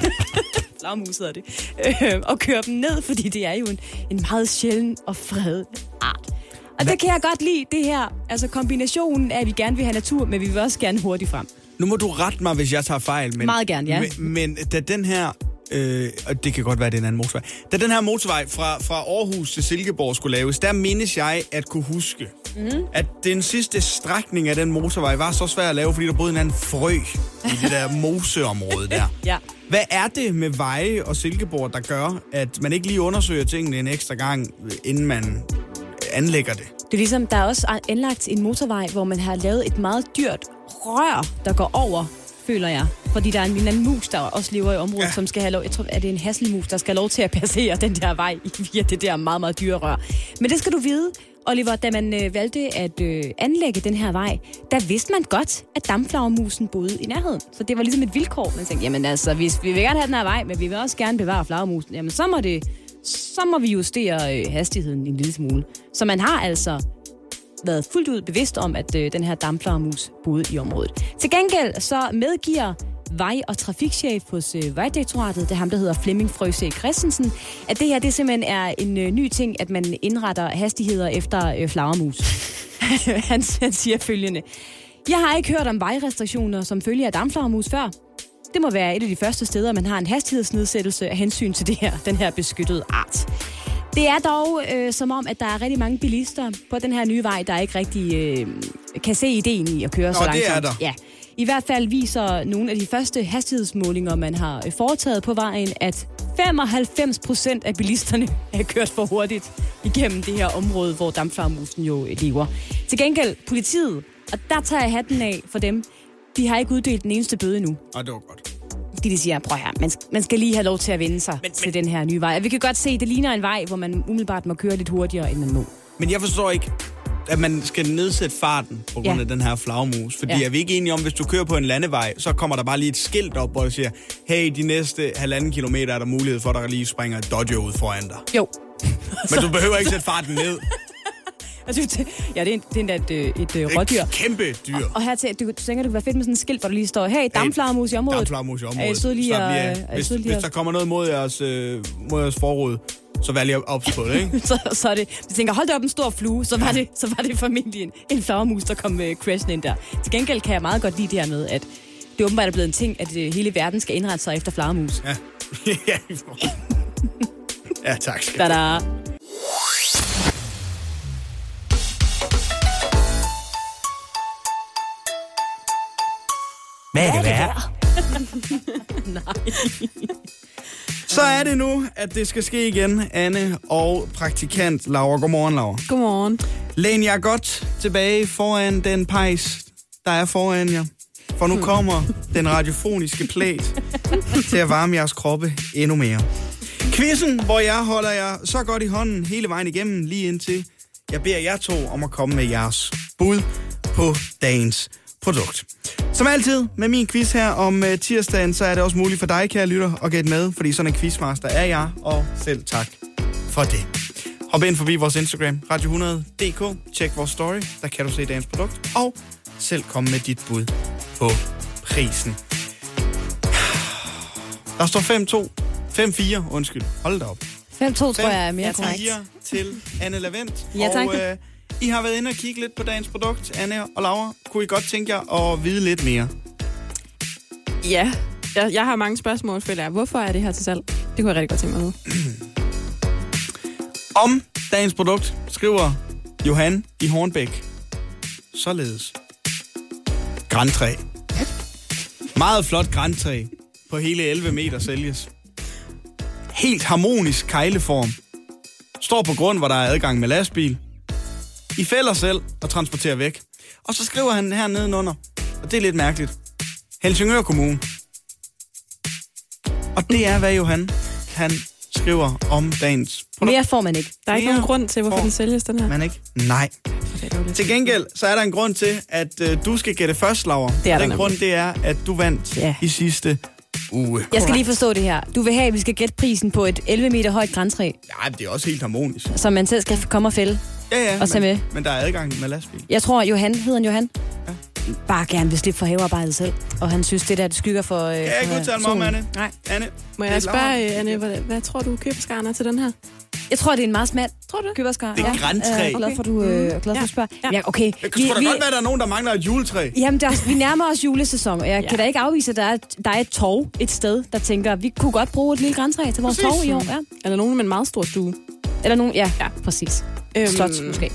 Flagermus hedder det. Øh, og køre dem ned, fordi det er jo en, en meget sjælden og fredet art. Og det kan jeg godt lide, det her. Altså kombinationen af, at vi gerne vil have natur, men vi vil også gerne hurtigt frem. Nu må du rette mig, hvis jeg tager fejl. Men, Meget gerne, ja. Men, men da den her... Øh, og det kan godt være, det er en anden motorvej. Da den her motorvej fra, fra Aarhus til Silkeborg skulle laves, der mindes jeg at kunne huske, mm. at den sidste strækning af den motorvej var så svær at lave, fordi der boede en anden frø i det der moseområde der. Ja. Hvad er det med veje og Silkeborg, der gør, at man ikke lige undersøger tingene en ekstra gang, inden man anlægger det? Det er ligesom, der er også anlagt en motorvej, hvor man har lavet et meget dyrt rør, der går over, føler jeg. Fordi der er en anden mus, der også lever i området, ja. Som skal have lov... Jeg tror, at det er en hasselmus, der skal have lov til at passere den der vej via det der meget, meget dyre rør. Men det skal du vide, Oliver, da man øh, valgte at øh, anlægge den her vej, der vidste man godt, at damflagermusen boede i nærheden. Så det var ligesom et vilkår. Man tænkte, jamen altså, hvis vi vil gerne have den her vej, men vi vil også gerne bevare flagermusen, jamen så må, det, så må vi justere øh, hastigheden en lille smule. Så man har altså været fuldt ud bevidst om, at øh, den her damflagermus boede i området. Til gengæld så medgiver vej- og trafikchef hos øh, Vejdirektoratet, det er ham, der hedder Flemming Frøsæ Christensen, at det her det simpelthen er en øh, ny ting, at man indretter hastigheder efter øh, flagermus. han, han siger følgende: Jeg har ikke hørt om vejrestriktioner som følge af damflagermus før. Det må være et af de første steder, man har en hastighedsnedsættelse af hensyn til det her, den her beskyttede art. Det er dog øh, som om, at der er rigtig mange bilister på den her nye vej, der ikke rigtig øh, kan se ideen i at køre Nå, så langsomt. Det er der. Ja. I hvert fald viser nogle af de første hastighedsmålinger, man har foretaget på vejen, at femoghalvfems procent af bilisterne er kørt for hurtigt igennem det her område, hvor damflagermusen jo lever. Til gengæld politiet, og der tager jeg hatten af for dem, de har ikke uddelt den eneste bøde endnu. Og det var godt. De, de siger, prøv her, man, man skal lige have lov til at vende sig men, til men, den her nye vej. Og vi kan godt se, at det ligner en vej, hvor man umiddelbart må køre lidt hurtigere, end man må. Men jeg forstår ikke, at man skal nedsætte farten på grund ja. af den her flagermus. Fordi ja. er vi ikke enige om, hvis du kører på en landevej, så kommer der bare lige et skilt op, hvor der siger, hey, de næste halvanden kilometer er der mulighed for, at der lige springer et Dodge ud foran dig. Jo. Men du behøver ikke sætte farten ned. Ja, det er, det er et, et, et, et rådyr. Et kæmpe dyr. Og, og her til, du, du tænker, det kunne være fedt med sådan et skilt, hvor der lige står, hey, damflagermus i området. Damflagermus i området. Er I sød lige at, hvis, hvis, hvis der kommer noget mod jeres, øh, mod jeres forråd, så vær lige ops på det, ikke? så, så er det, vi tænker, hold da op en stor flue, så var det, så var det formentlig en, en flagermus, der kom øh, crashen ind der. Til gengæld kan jeg meget godt lide det her med, at det åbenbart er blevet en ting, at øh, hele verden skal indrette sig efter flagermus. Ja. ja, tak. Da-da. Hvad er det værd? Nej. Så er det nu, at det skal ske igen, Anne og praktikant Laura. Godmorgen, Laura. Godmorgen. Læn jer godt tilbage foran den pejs, der er foran jer. For nu kommer den radiofoniske plæt til at varme jeres kroppe endnu mere. Quizzen, hvor jeg holder jer så godt i hånden hele vejen igennem, lige indtil jeg beder jer to om at komme med jeres bud på dagens produkt. Som altid med min quiz her om uh, tirsdagen, så er det også muligt for dig, kære lytter, at gætte med, fordi sådan en quizmaster er jeg, og selv tak for det. Hop ind forbi vores Instagram, radio hundrede punktum d k, tjek vores story, der kan du se dagens produkt, og selv komme med dit bud på prisen. Der står fem to. fem fire, undskyld. Hold da op. fem to tror jeg er mere korrekt. fem fire til Anne Lavendt. Ja, tak. Og øh, I har været inde og kigge lidt på dagens produkt, Anne og Laura. Kunne I godt tænke jer at vide lidt mere? Ja, jeg, jeg har mange spørgsmål, føler jeg. Hvorfor er det her til salg? Det kunne jeg rigtig godt tænke mig at vide. Om dagens produkt skriver Johan i Hornbæk således. Grantræ. Meget flot grantræ på hele elleve meter sælges. Helt harmonisk kegleform. Står på grund, hvor der er adgang med lastbil. I fælder selv og transporterer væk. Og så skriver han her nedenunder, og det er lidt mærkeligt, Helsingør Kommune. Og det er, hvad Johan han skriver om dagens produkt. Mere får man ikke. Der er ikke Mere nogen grund til, hvorfor den sælges, den her. Man ikke? Nej. Til gengæld, så er der en grund til, at øh, du skal gætte først, Laura. Det er Den der grund, det er, at du vandt Ja. i sidste uge. Jeg skal lige forstå det her. Du vil have, at vi skal gætte prisen på et elleve meter højt grantræ, Ja, det er også helt harmonisk. som man selv skal komme og fælde. Ja, ja, Og så men, med. men der er adgang med lastbil. Jeg tror, Johan, hedder han Johan? Ja. Bare gerne vil slippe for havearbejdet selv. Og han synes, det der det skygger for... Øh, Kan jeg ikke for udtale mig om, solen. Anne? Nej. Anne? Må det er jeg Laura. spørge, Anne, hvad, hvad tror du købeskarne er til den her? Jeg tror, det er en meget smal Tror du det? køberskar. Det er grantræ. Jeg er glad for, du, øh, glad for, Ja. du spørger. Ja. Ja, okay. Det kunne sgu da godt være, at der er nogen, der mangler et juletræ. Jamen, der, vi nærmer os julesæson, og jeg Ja. kan da ikke afvise, at der er, der er et torv et sted, der tænker, vi kunne godt bruge et lille grantræ til vores Præcis. torv i år. Ja. Eller nogen med en meget stor stue? Eller nogen, ja, Ja. præcis. Øhm, Slot, måske.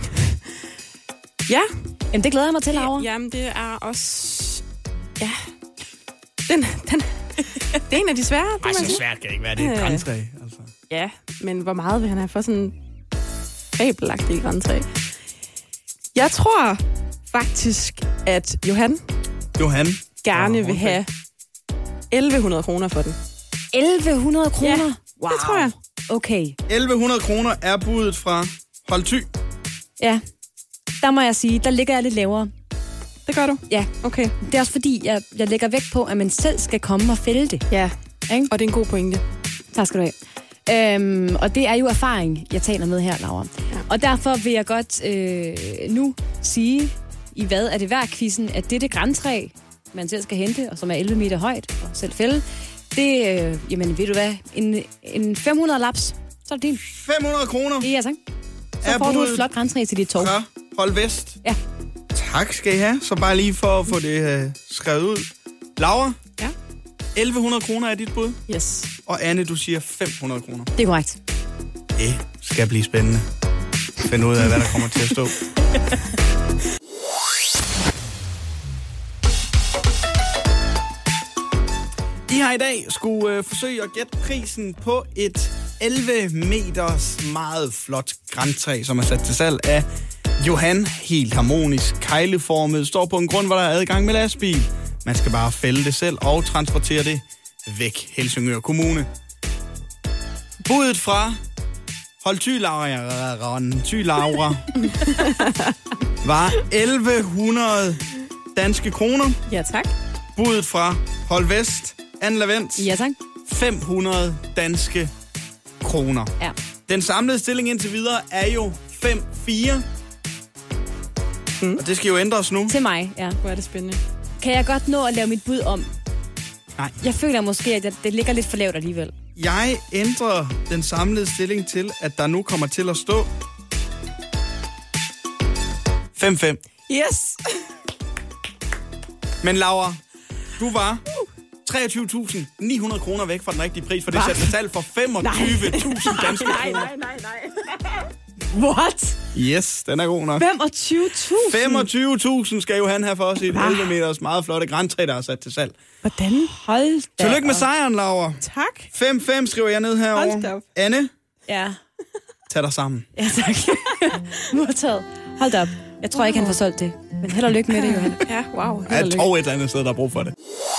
Ja. Jamen, det glæder jeg mig til, Laura. Jamen, det er også... Ja. Den, den, det er en af de svære, det Ej, må jeg så sige. svært kan det ikke være. Det er et Øh. grantræ, altså. Ja, men hvor meget vil han have for sådan en fabelagtig grantræ? Jeg tror faktisk, at Johan Johan. gerne Ja, vil have elleve hundrede kroner for den. elleve hundrede kroner? Ja, wow. det tror jeg. Okay, elleve hundrede kroner er budet fra Holty. ja. Der må jeg sige, der ligger jeg lidt lavere. Det gør du? Ja, Okay. det er også fordi, jeg, jeg lægger vægt på, at man selv skal komme og fælde det. Ja, Ikke? og det er en god pointe. Tak skal du have. Øhm, og det er jo erfaring, jeg taler med her, Laura. Ja. Og derfor vil jeg godt øh, nu sige, i hvad er det værd quizzen, at dette grantræ, man selv skal hente, og som er elleve meter højt, og selv fælde, det, øh, jamen ved du hvad, en, en fem hundrede laps, så er det din. fem hundrede kroner Det er altså. Så er får du et budet flot grantræ til dit tog. fra Hold Vest. Ja. Tak skal I have. Så bare lige for at få det øh, skrevet ud. Laura? Ja. elleve hundrede kroner er dit bud. Yes. Og Anne, du siger fem hundrede kroner. Det er korrekt. Det skal blive spændende. Finde ud af, hvad der kommer til at stå. I har i dag skulle øh, forsøge at gætte prisen på et elleve meters meget flot grantræ, som er sat til salg af Johan. Helt harmonisk, kegleformet, står på en grund, hvor der er adgang med lastbil. Man skal bare fælde det selv og transportere det væk. Helsingør Kommune. Budet fra Hold Thy Laura, Thy Laura var elleve hundrede danske kroner. Ja, tak. Budet fra Hold Vest, Anne Lavendt, Ja, tak. fem hundrede danske kroner. Ja. Den samlede stilling indtil videre er jo fem fire. Mm. Og det skal jo ændres nu. Til mig, ja. Hvor er det spændende. Kan jeg godt nå at lave mit bud om? Nej. Jeg føler måske, at det ligger lidt for lavt alligevel. Jeg ændrer den samlede stilling til, at der nu kommer til at stå fem fem. Yes! Men Laura, du var treogtyve tusind ni hundrede kroner væk fra den rigtige pris, for det er sat med salg for femogtyve tusind danske kroner. nej, nej, nej. What? Yes, den er god nok. femogtyve tusind? femogtyve tusind skal jo han have for os i et elleve meters meget flotte grantræ, der er sat til salg. Hvordan? Hold da. Tillykke med sejren, Laura. Tak. fem fem skriver jeg ned herovre. Hold da op. Anne, Ja. tag dig sammen. Ja, tak. Modtaget. Hold da op. Jeg tror ikke, han får solgt det. Men held og lykke med det, Johan. Ja, wow. Der er to et eller andet sted, der er brug for det.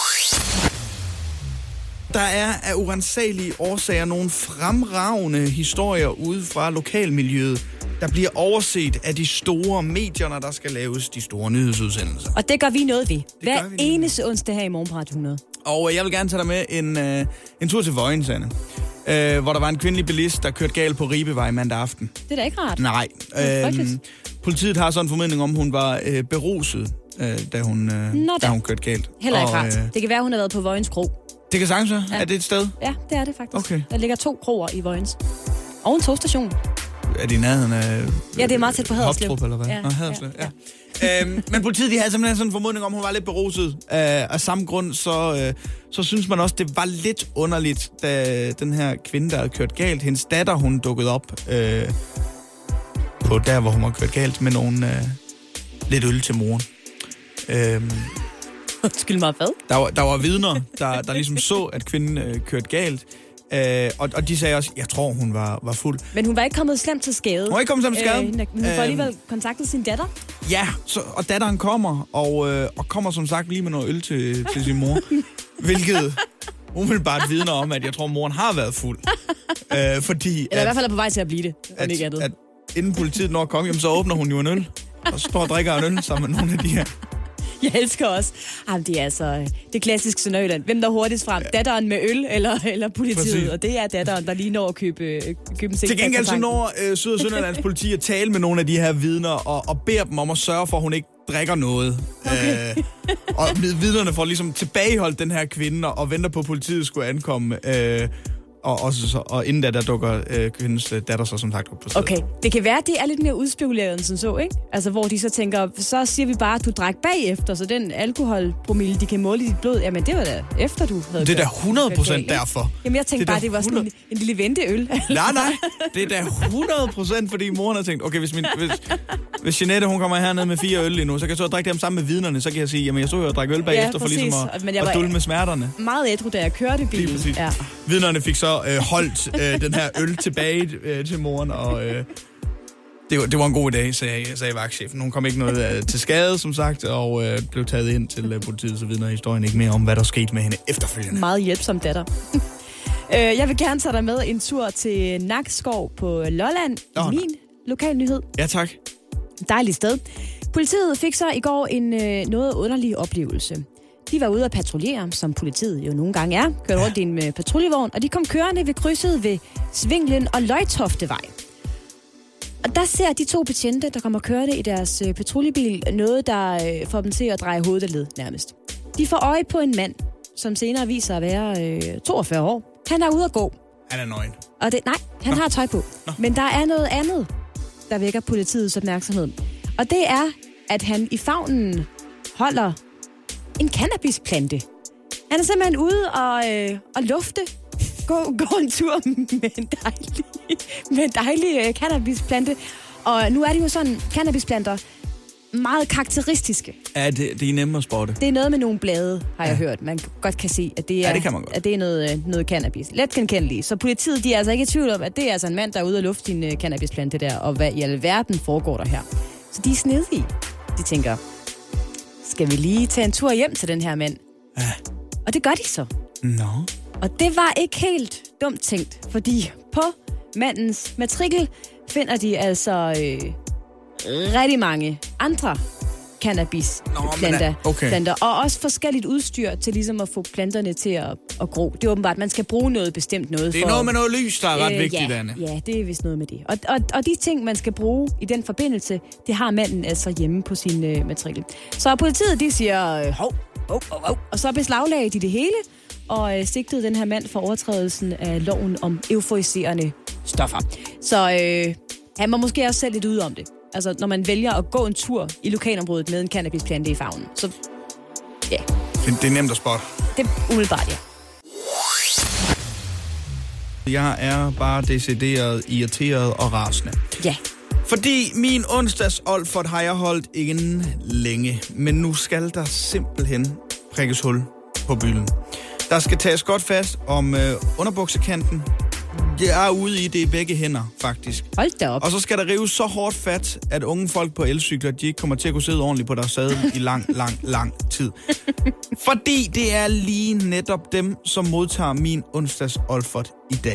Der er af urensagelige årsager nogle fremragende historier ude fra lokalmiljøet, der bliver overset af de store medier, når der skal laves de store nyhedsudsendelser. Og det gør vi noget ved. Hver vi noget eneste onsdag her i morgen på Radio hundrede. Og jeg vil gerne tage dig med en, øh, en tur til Vojens, Anne. Øh, hvor der var en kvindelig bilist, der kørte galt på Ribevej mandag aften. Det er da ikke rart. Nej. frygteligt. Politiet har sådan en formodning om, hun var øh, beruset, øh, da, hun, øh, Nå da. da hun kørte galt. Heller ikke Og, rart. øh, Det kan være, hun har været på Vojens Kro. Det kan sagtens være. Ja. Er det et sted? Ja, det er det faktisk. Okay. Der ligger to kroer i Vojens. Og en togstation. Er det i nærheden af... Ja, det er meget tæt på Haderslev. Hoptrup, eller hvad? Ja, Nå, Haderslev, ja. ja, ja. øhm, men politiet de havde simpelthen sådan en formodning om, hun var lidt beruset. Øh, af samme grund, så, øh, så synes man også, det var lidt underligt, da den her kvinde, der havde kørt galt, hendes datter, hun dukkede op øh, på der, hvor hun var kørt galt, med nogle øh, lidt øl til moren. Øhm, Undskyld mig, hvad? der, var, der var vidner, der, der ligesom så, at kvinden øh, kørte galt. Øh, og, og de sagde også, jeg tror, hun var, var fuld. Men hun var ikke kommet slemt til skade. Hun var ikke kommet slemt til skade. Øh, hun får alligevel kontaktet sin datter. Ja, så, og datteren kommer, og, øh, og kommer som sagt lige med noget øl til, til sin mor. Hvilket umiddelbart vidner om, at jeg tror, moren har været fuld. Øh, fordi Eller at, i hvert fald er på vej til at blive det. at, Ikke at, andet. at inden politiet når at komme hjem, så åbner hun jo en øl. Og så står og drikker en øl sammen med nogle af de her. Jeg elsker også. Jamen, det er altså det klassiske Sønderjylland. Hvem der er hurtigst frem? Ja. Datteren med øl eller, eller politiet? Præcis. Og det er datteren, der lige når at købe, købe en Til gengæld så når øh, Syd- og Sønderlands politi at tale med nogle af de her vidner og, og beder dem om at sørge for, at hun ikke drikker noget. Okay. Øh, og vidnerne får ligesom tilbageholdt den her kvinde og, og venter på, at politiet skulle ankomme. Øh, og, og, så, og inden da, der dukker øh, kvindens datter så som sagt op på stedet. Okay, det kan være, at det er lidt mere udspekuleret end sådan så, ikke? Altså, hvor de så tænker, så siger vi bare, at du drak bagefter, så den alkoholpromille, de kan måle i dit blod, jamen det var da efter, du havde Det er da kørt- hundrede kørt procent galt, ikke? derfor. Jamen, jeg tænkte Det er bare, da det var sådan en, en lille venteøl. Nej, nej. Det er da hundrede procent, fordi moren har tænkt, okay, hvis, min, hvis, hvis Jeanette, hun kommer herned med fire øl lige nu, så kan jeg så drikke dem sammen med vidnerne, så kan jeg sige, jamen jeg så jo at drikke øl bagefter, for ligesom at, Men jeg at var dulme smerterne. meget ædru, da jeg kørte bilen. Lige præcis. Ja. Vidnerne fik så øh, holdt øh, den her øl tilbage øh, til moren, og øh, det, var, det var en god dag, sagde, sagde vagtchefen. Hun kom ikke noget øh, til skade, som sagt, og øh, blev taget ind til øh, politiet, så vidner historien ikke mere om, hvad der skete med hende efterfølgende. Meget hjælpsom datter. øh, jeg vil gerne tage dig med en tur til Nakskov på Lolland. Nå, Min lokalnyhed. Ja, tak. Dejligt sted. Politiet fik så i går en øh, noget underlig oplevelse. De var ude at patruljere, som politiet jo nogle gange er, kørte rundt i en øh, patruljevogn, og de kom kørende ved krydset ved Svinglen og Løjtoftevej. Og der ser de to betjente, der kommer kørende i deres øh, patruljebil, noget, der øh, får dem til at dreje hovedet af led nærmest. De får øje på en mand, som senere viser at være øh, toogfyrre år. Han er ude at gå. Han er nøgen. Og det, nej, han Nå. har tøj på. Nå. Men der er noget andet, der vækker politiets opmærksomhed. Og det er, at han i favnen holder en cannabisplante. Han er simpelthen ude og, øh, og lufte. Gå, gå en tur med en dejlig, med en dejlig øh, cannabisplante. Og nu er det jo sådan, cannabisplanter meget karakteristiske. Ja, det, det er nemmere at spotte. Det er noget med nogle blade, har jeg ja. hørt. Man godt kan se, at det er, ja, det kan man godt. At det er noget, noget cannabis. Let genkendeligt. Så politiet, de er altså ikke i tvivl om, at det er altså en mand, der er ude og lufte sin uh, cannabisplante der, og hvad i alverden foregår der her. Så de er snedige. De tænker, skal vi lige tage en tur hjem til den her mand? Ja. Og det gør de så. Nå. Og det var ikke helt dumt tænkt, fordi på mandens matrikel finder de altså øh, rigtig mange andre cannabisplanter, Nå, okay. planter, og også forskelligt udstyr til ligesom at få planterne til at, at gro. Det er åbenbart, at man skal bruge noget bestemt noget. Det er for, noget med noget lys, der er ret øh, vigtigt, ja, Anne. Ja, det er vist noget med det. Og, og, og de ting, man skal bruge i den forbindelse, det har manden altså hjemme på sin øh, matrikel. Så politiet, de siger, øh, hov, hov, hov, hov, og så beslaglagde de det hele, og øh, sigtede den her mand for overtrædelsen af loven om euforiserende stoffer. Så øh, han må måske også selv lidt ud om det. Altså, når man vælger at gå en tur i lokalområdet med en cannabisplante i favnen. Så, ja. Det, det er nemt at spotte. Det er umiddelbart, ja. Jeg er bare decideret irriteret og rasende. Ja. Fordi min onsdags Olfert har jeg holdt inden længe, men nu skal der simpelthen prikkes hul på bylden. Der skal tages godt fast om øh, underbuksekanten. Jeg er ude i det i begge hænder, faktisk. Hold da op. Og så skal der rives så hårdt fat, at unge folk på elcykler, de ikke kommer til at kunne sidde ordentligt på deres sadel i lang, lang, lang tid. Fordi det er lige netop dem, som modtager min onsdags Olfert i dag.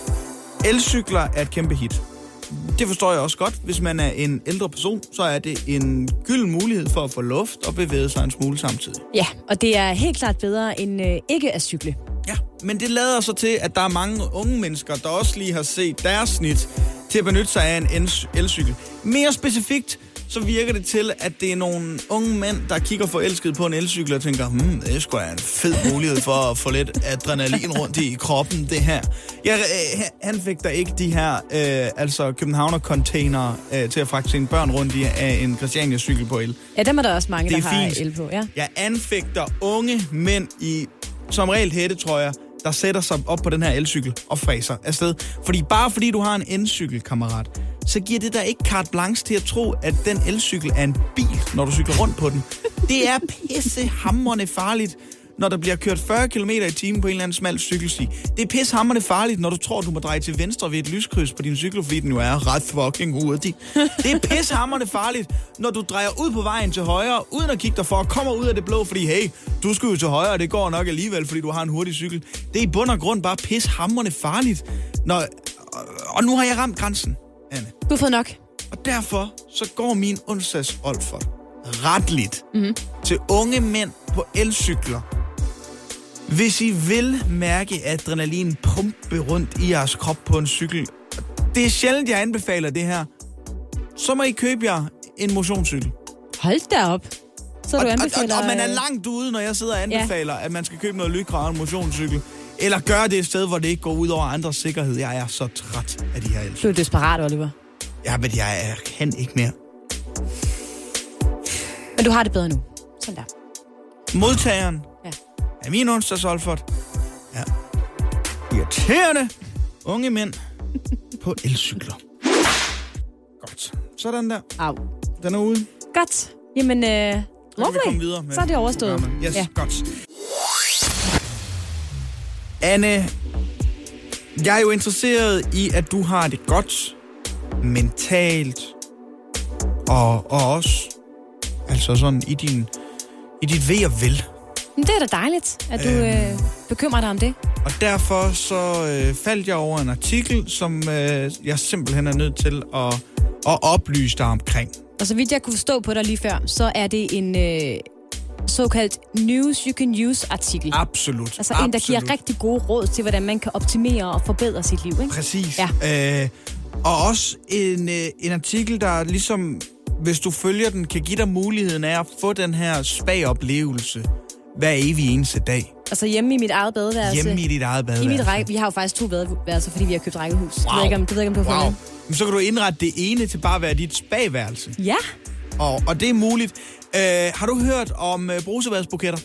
Elcykler er et kæmpe hit. Det forstår jeg også godt. Hvis man er en ældre person, så er det en gylden mulighed for at få luft og bevæge sig en smule samtidig. Ja, og det er helt klart bedre end øh, ikke at cykle. Ja, men det lader så til, at der er mange unge mennesker, der også lige har set deres snit til at benytte sig af en elcykel. Mere specifikt, så virker det til, at det er nogle unge mænd, der kigger forelsket på en elcykel og tænker, hmm, det er sgu da en fed mulighed for at få lidt adrenalin rundt i kroppen, det her. Jeg han fik der ikke de her, øh, altså Københavner-containere øh, til at fragte sine børn rundt i af en Christiania-cykel på el. Ja, dem er der også mange, det der er har fint. el på, ja. Jeg anfægter unge mænd i, som regel hættetrøjer, der sætter sig op på den her elcykel og fræser afsted. Fordi bare fordi du har en elcykel, kammerat, så giver det dig ikke carte blanche til at tro, at den elcykel er en bil, når du cykler rundt på den. Det er pissehamrende farligt, når der bliver kørt fyrre kilometer i timen på en eller anden smal cykelsti. Det er pissehamrende farligt, når du tror, du må dreje til venstre ved et lyskryds på din cykel, fordi den jo er ret fucking hurtig. Det er pissehamrende farligt, når du drejer ud på vejen til højre, uden at kigge dig for, og kommer ud af det blå, fordi hey, du skal jo til højre, og det går nok alligevel, fordi du har en hurtig cykel. Det er i bund og grund bare pissehamrende farligt. Når, og nu har jeg ramt grænsen, Anne. Du har fået nok. Og derfor så går min onsdags Olfert retligt mm-hmm. til unge mænd på elcykler. Hvis I vil mærke adrenalin pumpe rundt i jeres krop på en cykel, det er sjældent, jeg anbefaler det her, så må I købe jer en motionscykel. Hold da op. Så og, du anbefaler... Og, og, og man er langt ude, når jeg sidder og anbefaler, ja. at man skal købe noget Lycra og en motionscykel. Eller gøre det et sted, hvor det ikke går ud over andres sikkerhed. Jeg er så træt af de her elcykler. Du er desperat, Oliver. Ja, men jeg, jeg kan ikke mere. Men du har det bedre nu. Sådan der. Modtageren ja. af min onsdags Olfert. Ja. Irriterende unge mænd på elcykler. Godt. Sådan der. Au. Den er ude. Godt. Jamen, øh, lovely. Videre med så er det overstået. Yes, ja. godt. Anne, jeg er jo interesseret i, at du har det godt mentalt og, og også altså sådan i, din, i dit ved og vel. Men det er da dejligt, at du øhm, øh, bekymrer dig om det. Og derfor så øh, faldt jeg over en artikel, som øh, jeg simpelthen er nødt til at, at oplyse dig omkring. Og så vidt jeg kunne forstå på dig lige før, så er det en øh, såkaldt News You Can Use-artikel. Absolut. Altså absolut. en, der giver rigtig gode råd til, hvordan man kan optimere og forbedre sit liv, ikke? Præcis. Ja. Øh, og også en, øh, en artikel, der ligesom, hvis du følger den, kan give dig muligheden af at få den her spa-oplevelse hver evig eneste dag. Altså hjemme i mit eget badeværelse. Hjemme i dit eget badeværelse. I mit række, vi har jo faktisk to badeværelser, fordi vi har købt rækkehus. Wow. Det ved jeg ikke, om, det ved jeg ikke, om du har wow. fundet. Men så kan du indrette det ene til bare at være dit spa-værelse. Ja. Og, og det er muligt. Øh, har du hørt om øh, brusebadsbuketter?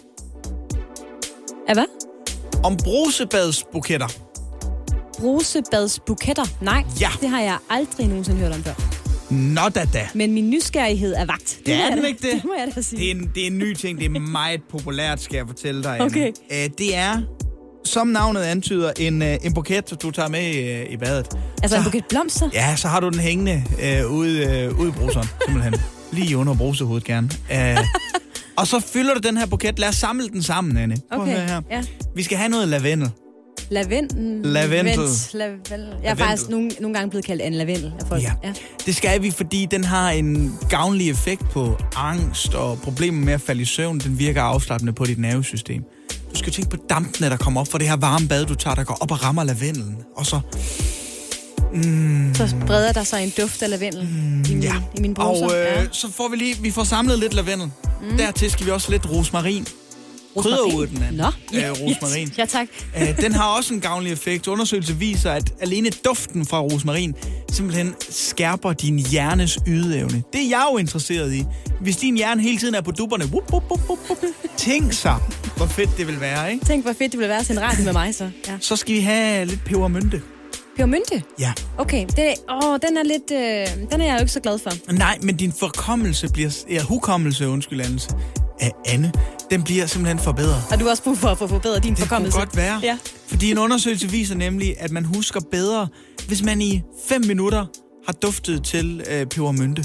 Ja, hvad? Om brusebadsbuketter. Brusebadsbuketter? Nej, ja. Det har jeg aldrig nogensinde hørt om før. Nå da da. Men min nysgerrighed er vagt. Det, det er den ikke det? Det må jeg da sige. Det er, en, det er en ny ting. Det er meget populært, skal jeg fortælle dig. Okay. Æ, det er, som navnet antyder, en, en buket, du tager med i, i badet. Altså så, en buket blomster? Ja, så har du den hængende øh, ude, øh, ude i bruseren, simpelthen. Lige under brusehovedet gerne. Æ, og så fylder du den her buket. Lad os samle den sammen, Anne. Prøv okay. her. Ja. Vi skal have noget lavendel. Lavendel. Lavendel. Lavendel. Jeg er faktisk nogle, nogle gange blevet kaldt en lavendel af folk. Ja. ja, det skal vi, fordi den har en gavnlig effekt på angst og problemer med at falde i søvn. Den virker afslappende på dit nervesystem. Du skal tænke på dampene, der kommer op fra det her varme bad, du tager, der går op og rammer lavendelen. Og så... Mm, så breder der sig en duft af lavendel mm, i min, ja. i min bruser. Og øh, ja. så får vi lige... Vi får samlet lidt lavendel. Mm. Dertil skal vi også lidt rosmarin. Krydderurten af Nå, ja, øh, rosmarin. Yes. Ja, tak. Æ, den har også en gavnlig effekt. Undersøgelser viser, at alene duften fra rosmarin simpelthen skærper din hjernes ydeevne. Det er jeg jo interesseret i. Hvis din hjerne hele tiden er på dupperne, wup, wup, wup, wup, tænk sig, hvor fedt det vil være, ikke? Tænk, hvor fedt det vil være at sende radio med mig, så. Ja. Så skal vi have lidt pebermynte. Pebermynte? Ja. Okay, det, åh, den er lidt, øh, den er jeg jo ikke så glad for. Nej, men din forkommelse bliver, ja, hukommelse, undskyld, Anne, af Anne, den bliver simpelthen forbedret. Og du har også brug for at få forbedret din det forkommelse? Det kunne godt være. Ja. Fordi en undersøgelse viser nemlig, at man husker bedre, hvis man i fem minutter har duftet til øh, pebermynte.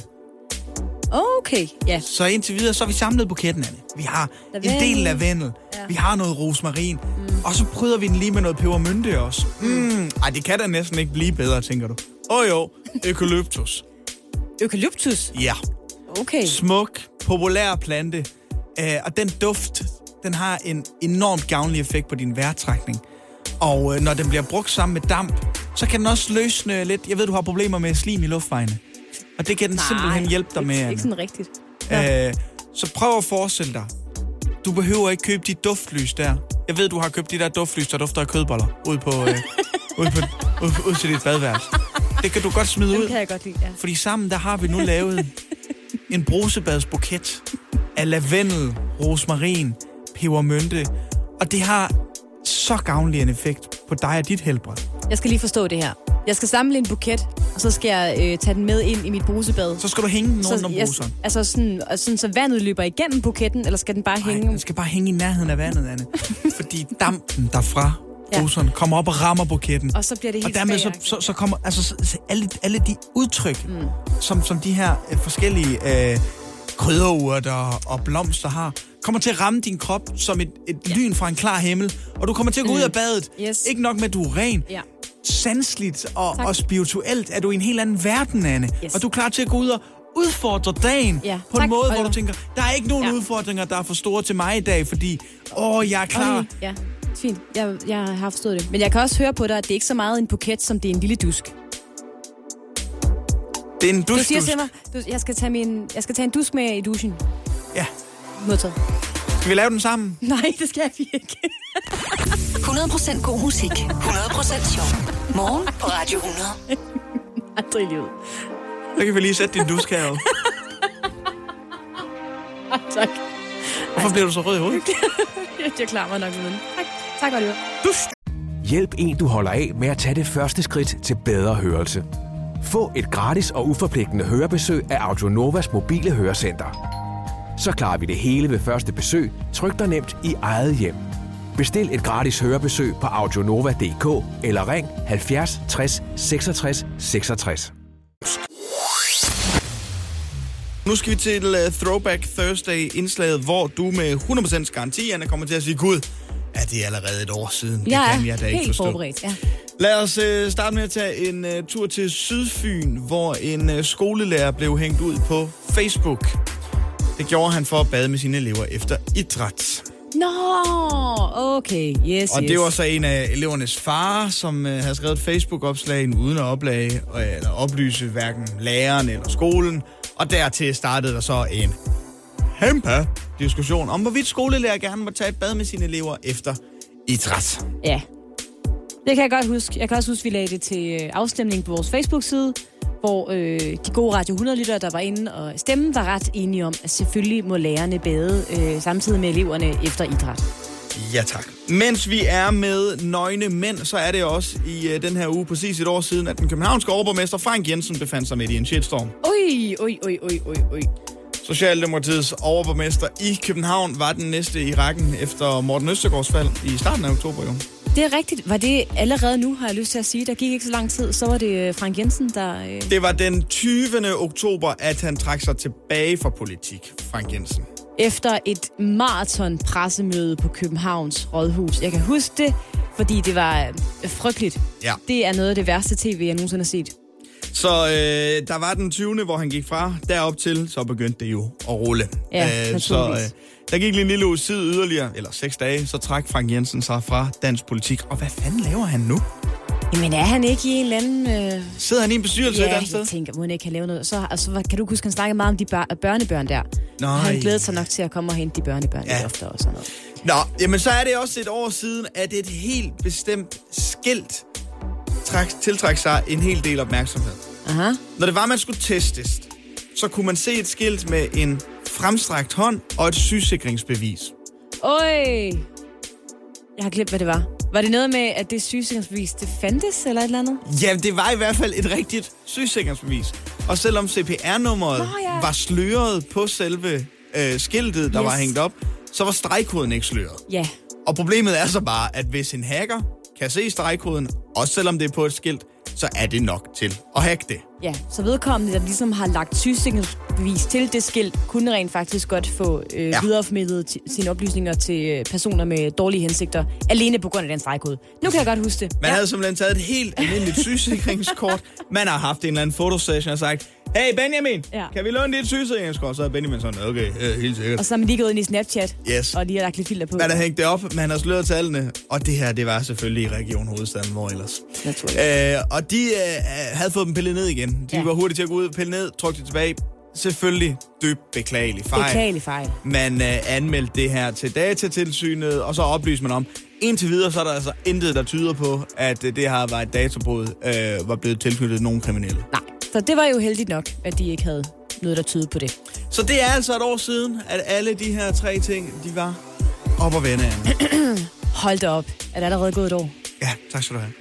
Okay, ja. Så indtil videre, så er vi samlet buketten, Anne. Vi har lavendel. en del lavendel. Ja. Vi har noget rosmarin. Mm. Og så prøver vi den lige med noget pebermynte også. Mm. Ej, det kan da næsten ikke blive bedre, tænker du. Åh oh, jo, eukalyptus. Eukalyptus? Ja. Okay. Smuk, populær plante. Uh, og den duft, den har en enormt gavnlig effekt på din vejrtrækning. Og uh, når den bliver brugt sammen med damp, så kan den også løsne lidt. Jeg ved, du har problemer med slim i luftvejene. Og det kan den Nej, simpelthen hjælpe dig med. Nej, ikke sådan rigtigt. Ja. Uh, så prøv at forestille dig. Du behøver ikke købe de duftlys der. Jeg ved, du har købt de der duftlys, der dufter af kødboller, ud på, uh, ud på ud, ud til dit badeværelse. Det kan du godt smide Den ud. kan jeg godt lide, ja. Fordi sammen, der har vi nu lavet en brusebadsbuket af lavendel, rosmarin, pebermynte. Og det har så gavnlig en effekt på dig og dit helbred. Jeg skal lige forstå det her. Jeg skal samle en buket, og så skal jeg øh, tage den med ind i mit brusebad. Så skal du hænge den rundt om bruseren. Altså sådan, sådan, så vandet løber igennem buketten, eller skal den bare hænge? Nej, den skal bare hænge i nærheden af vandet, Anne. Fordi dampen derfra bruseren ja. kommer op og rammer buketten. Og så bliver det helt Og dermed så, så, så kommer altså, så, så alle, alle de udtryk, mm. som, som de her øh, forskellige øh, krydderurter og blomster har, kommer til at ramme din krop som et, et ja. lyn fra en klar himmel. Og du kommer til at gå mm. ud af badet. Yes. Ikke nok med, at du er ren. Ja. Sanseligt og, og spirituelt er du i en helt anden verden, Anne. Yes. Og du er klar til at gå ud og udfordre dagen ja. på en tak. måde, hvor du tænker, der er ikke nogen ja. udfordringer, der er for store til mig i dag, fordi, åh, jeg er klar. Okay. Ja, fint. Jeg, jeg har forstået det. Men jeg kan også høre på dig, at det er ikke så meget en buket, som det er en lille dusk. Det er en dusk. Du siger til mig, du, jeg, skal tage min, jeg skal tage en dusk med i duschen. Ja. Modtaget. Skal vi lave den sammen? Nej, det skal vi ikke. hundrede procent god musik. hundrede procent sjov. Morgen på Radio hundrede. Aldrig i livet. Så kan vi lige sætte din dusk herude. Tak. Hvorfor bliver du så rød i hovedet? Jeg klarer mig nok uden. Tak. Tak, Oliver. Dusk. Hjælp en, du holder af med at tage det første skridt til bedre hørelse. Få et gratis og uforpligtende hørebesøg af Audionovas mobile hørecenter. Så klarer vi det hele ved første besøg, tryk dig nemt i eget hjem. Bestil et gratis hørebesøg på audionova punktum d k eller ring halvfjerds tres seksogtres seksogtres. Nu skal vi til uh, Throwback Thursday-indslaget, hvor du med hundrede procent garanti, Anna, kommer til at sige, Gud, er det allerede et år siden? Det jeg kan jeg da ikke helt forstå. Forberedt, ja. Lad os uh, starte med at tage en uh, tur til Sydfyn, hvor en uh, skolelærer blev hængt ud på Facebook. Det gjorde han for at bade med sine elever efter idræt. Nå, okay, yes, Og yes. det var så en af elevernes far, som uh, havde skrevet et Facebook-opslag uden at oplage, eller oplyse hverken læreren eller skolen. Og dertil startede der så en kæmpe diskussion om, hvorvidt skolelærer gerne må tage et bad med sine elever efter idræt. Ja, det kan jeg godt huske. Jeg kan også huske, at vi lagde det til afstemning på vores Facebook-side, hvor øh, de gode Radio hundrede-lyttere, der var inde og stemmen, var ret enige om, at selvfølgelig må lærerne bade øh, samtidig med eleverne efter idræt. Ja, tak. Mens vi er med nøgne mænd, så er det også i øh, den her uge præcis et år siden, at den københavnske overborgmester Frank Jensen befandt sig midt i en shitstorm. Oj, oj, oj, oj, oj, oj. Socialdemokratiets overborgmester i København var den næste i rækken efter Morten Østergaards fald i starten af oktober. Jo. Det er rigtigt. Var det allerede nu, har jeg lyst til at sige. Der gik ikke så lang tid. Så var det Frank Jensen, der... Øh... Det var den tyvende oktober, at han trak sig tilbage fra politik, Frank Jensen. Efter et maraton-pressemøde på Københavns Rådhus. Jeg kan huske det, fordi det var frygteligt. Ja. Det er noget af det værste tv, jeg nogensinde har set. Så øh, der var den tyvende, hvor han gik fra. Derop til, så begyndte det jo at rulle. Ja, øh, så øh, der gik lige en lille uge tid yderligere, eller seks dage, så trak Frank Jensen sig fra dansk politik. Og hvad fanden laver han nu? Jamen er han ikke i en eller anden... Øh... Sidder han i en bestyrelse ja, et andet sted? Ja, jeg tænker, må han ikke kan lave noget. Så altså, kan du huske, han snakkede meget om de bør- børnebørn der. Nej. Han glæder sig nok til at komme og hente de børnebørn ja. lidt oftere og sådan noget. Nå, jamen så er det også et år siden, at et helt bestemt skilt træk, tiltræk sig en hel del opmærksomhed. Aha. Når det var, man skulle testes, så kunne man se et skilt med en fremstrakt hånd og et sygesikringsbevis. Øj! Jeg har glemt, hvad det var. Var det noget med, at det sygesikringsbevis, det fandtes, eller et eller andet? Ja, det var i hvert fald et rigtigt sygesikringsbevis. Og selvom C P R-nummeret Nå, ja. var sløret på selve øh, skiltet, der Yes. var hængt op, så var stregkoden ikke sløret. Ja. Og problemet er så bare, at hvis en hacker kan se stregkoden, også selvom det er på et skilt, så er det nok til at hacke det. Ja, så vedkommende, der ligesom har lagt sygesikringsbevis til det skilt, kunne rent faktisk godt få øh, Ja. videreformidlet t- sine oplysninger til øh, personer med dårlige hensigter, alene på grund af den stregkode. Nu kan jeg godt huske det. Man ja. havde simpelthen taget et helt almindeligt sygesikringskort. Man har haft en eller anden fotosession og sagt, hey Benjamin, Ja. kan vi låne dit sygesikringskort? Så er Benjamin sådan, okay, øh, helt sikkert. Og så har man lige gået ind i Snapchat, Yes. og lige har lagt lidt filter på. Man har hængt det op, man har sløret tallene, og det her, det var selvfølgelig i Region Hovedstaden, hvor ellers. Naturligt. Øh, og de øh, havde fået dem pillet ned igen. De Ja. var hurtige til at gå ud, pille ned, trykke det tilbage. Selvfølgelig dybt beklagelig fejl. Beklagelig fejl. Man øh, anmeldte det her til Datatilsynet, og så oplyste man om, indtil videre, så er der altså intet, der tyder på, at øh, det har været et databrud, øh, var blevet tilknyttet nogen kriminelle. Nej, så det var jo heldigt nok, at de ikke havde noget, der tydede på det. Så det er altså et år siden, at alle de her tre ting, de var op og vende af. Hold da op. Er det allerede gået et år? Ja, tak skal du have.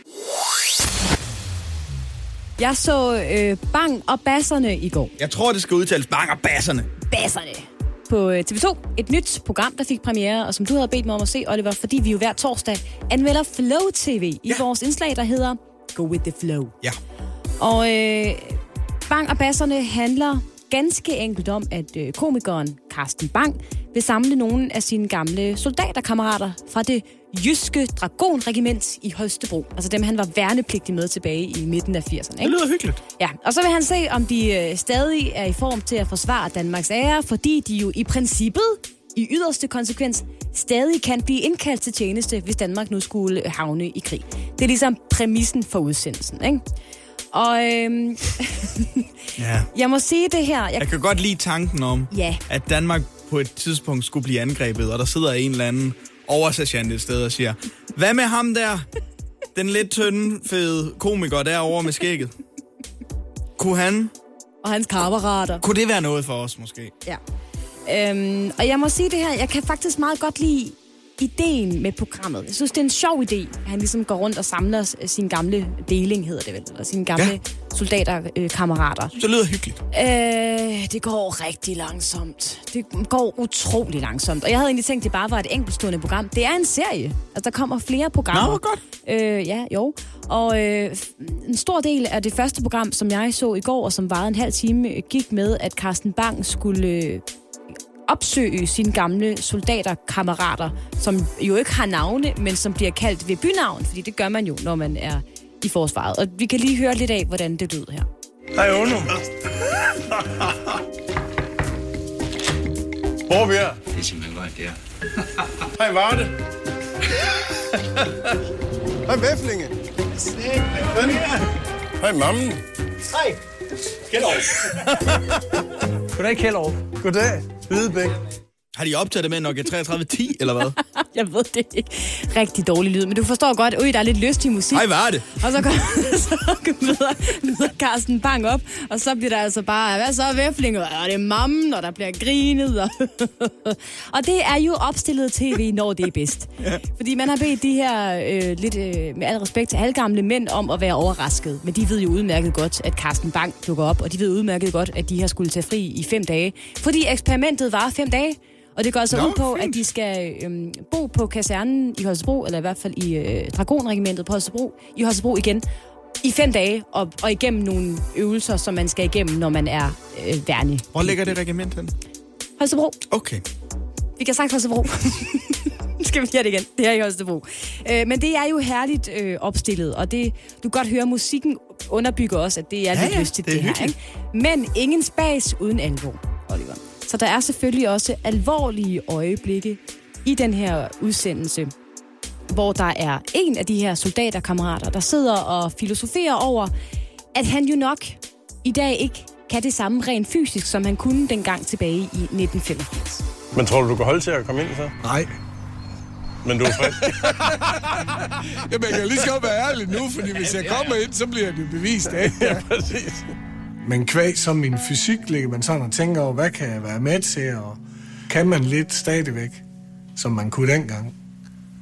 Jeg så øh, Bang og Basserne i går. Jeg tror, det skal udtales bang og basserne. Basserne. På øh, T V to. Et nyt program, der fik premiere, og som du havde bedt mig om at se, Oliver, fordi vi jo hver torsdag anmelder Flow T V i Ja. vores indslag, der hedder Go With The Flow. Ja. Og øh, Bang og Basserne handler ganske enkelt om, at øh, komikeren Carsten Bang vil samle nogle af sine gamle soldaterkammerater fra det jyske dragonregiment i Holstebro. Altså dem, han var værnepligtig med tilbage i midten af firserne. Det Ikke? lyder hyggeligt. Ja, og så vil han se, om de øh, stadig er i form til at forsvare Danmarks ære, fordi de jo i princippet, i yderste konsekvens, stadig kan blive indkaldt til tjeneste, hvis Danmark nu skulle havne i krig. Det er ligesom præmissen for udsendelsen, ikke? Og øhm, Ja. jeg må sige det her. Jeg, Jeg kan godt lide tanken om, Ja. at Danmark på et tidspunkt skulle blive angrebet, og der sidder en eller anden oversergeant et sted og siger, hvad med ham der, den lidt tynde, fede komiker derovre med skægget? Kunne han, og hans kammerater. kunne det være noget for os måske? Ja. Øhm, og jeg må sige det her, jeg kan faktisk meget godt lide ideen med programmet. Jeg synes, det er en sjov idé, at han ligesom går rundt og samler sin gamle deling, hedder det vel, eller sine gamle Ja. soldaterkammerater. Så lyder hyggeligt. Øh, det går rigtig langsomt. Det går utrolig langsomt. Og jeg havde egentlig tænkt, det bare var et enkeltstående program. Det er en serie. Altså, der kommer flere programmer. Nå, hvor godt. Øh, ja, jo. Og øh, en stor del af det første program, som jeg så i går, og som varede en halv time, gik med, at Carsten Bang skulle øh, opsøge sine gamle soldaterkammerater, som jo ikke har navne, men som bliver kaldt ved bynavn, fordi det gør man jo, når man er i forsvaret. Og vi kan lige høre lidt af, hvordan det lød her. Hej, Ono. Hvor er vi her? Det er simpelthen godt, det er. Hej, Varde. Hej, Væflinge. Hej, mammen. Hej. Kjellov. Goddag, Kjellov. Goddag, Hvidebæk. Har de optaget det med Nokia treogtredive ti, eller hvad? Jeg ved det ikke. Rigtig dårlig lyd, men du forstår godt, at der er lidt lyst i musik. Hej, hvad er det? Og så, kommer, så møder, møder Carsten Bang op, og så bliver der altså bare, hvad så er væflinger? Og det er mammen, og der bliver grinet. Og, og det er jo opstillet tv, når det er bedst. Ja. Fordi man har bedt de her, øh, lidt øh, med al respekt til halvgamle mænd, om at være overrasket. Men de ved jo udmærket godt, at Carsten Bang dukker op, og de ved udmærket godt, at de har skulle tage fri i fem dage. Fordi eksperimentet var fem dage. Og det går altså Nå, ud på, fint. at de skal øhm, bo på kasernen i Holstebro, eller i hvert fald i øh, Dragonregimentet på Holstebro, i Holstebro igen, i fem dage, og, og igennem nogle øvelser, som man skal igennem, når man er øh, værnig. Hvor ligger det regiment hen? Holstebro. Okay. Vi kan sagt Holstebro. Skal vi gøre det igen? Det er i Holstebro. Øh, men det er jo herligt øh, opstillet, og det, du kan godt høre, musikken underbygger også, at det er Ja, lidt ja, lystigt, det er det, det her. Ikke? Men ingen spas uden alvor, Oliver. Så der er selvfølgelig også alvorlige øjeblikke i den her udsendelse, hvor der er en af de her soldaterkammerater, der sidder og filosoferer over, at han jo nok i dag ikke kan det samme rent fysisk, som han kunne dengang tilbage i nitten femogfirs. Men tror du, du kan holde til at komme ind så? Nej. Men du er frisk. Jamen, jeg kan lige så godt være ærlig nu, fordi hvis jeg kommer ind, så bliver det bevist af. Ja, præcis. Men kvæg som min fysik ligger man sådan og tænker over, hvad kan jeg være med til, og kan man lidt stadigvæk, som man kunne dengang.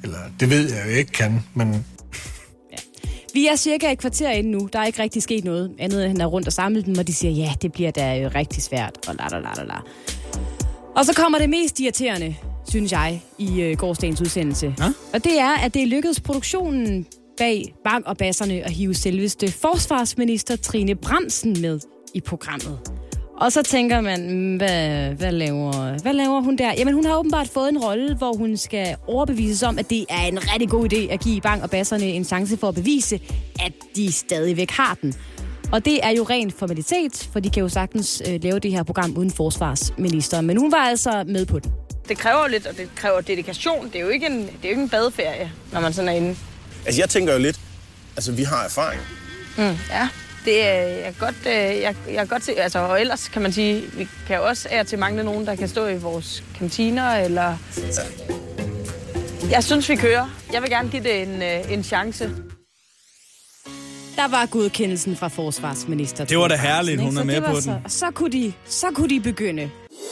Eller det ved jeg jo ikke kan, men... Vi er cirka et kvarter inde nu. Der er ikke rigtig sket noget andet, end han er rundt og samlet dem, og de siger, ja, det bliver da jo rigtig svært, og la la la la. Og så kommer det mest irriterende, synes jeg, i øh, gårsdagens udsendelse. Ja? Og det er, at det er lykkedes produktionen bag Bang og Basserne at hive selveste forsvarsminister Trine Bramsen med i programmet. Og så tænker man, hvad, hvad, laver, hvad laver hun der? Jamen, hun har åbenbart fået en rolle, hvor hun skal overbevises om, at det er en rigtig god idé at give Bang og Basserne en chance for at bevise, at de stadigvæk har den. Og det er jo ren formalitet, for de kan jo sagtens øh, lave det her program uden forsvarsminister. Men hun var altså med på den. Det kræver lidt, og det kræver dedikation. Det er jo ikke en, det er jo ikke en badeferie, når man sådan er inde. Altså, jeg tænker jo lidt, altså, vi har erfaring. Mm, ja. Det er jeg godt, jeg, jeg godt se, altså, og ellers kan man sige, vi kan jo også af til mangle nogen, der kan stå i vores kantiner, eller... Jeg synes, vi kører. Jeg vil gerne give det en, en chance. Der var godkendelsen fra forsvarsminister. Det var da herligt, hun er med på så, den. Og så kunne, de, så kunne de begynde.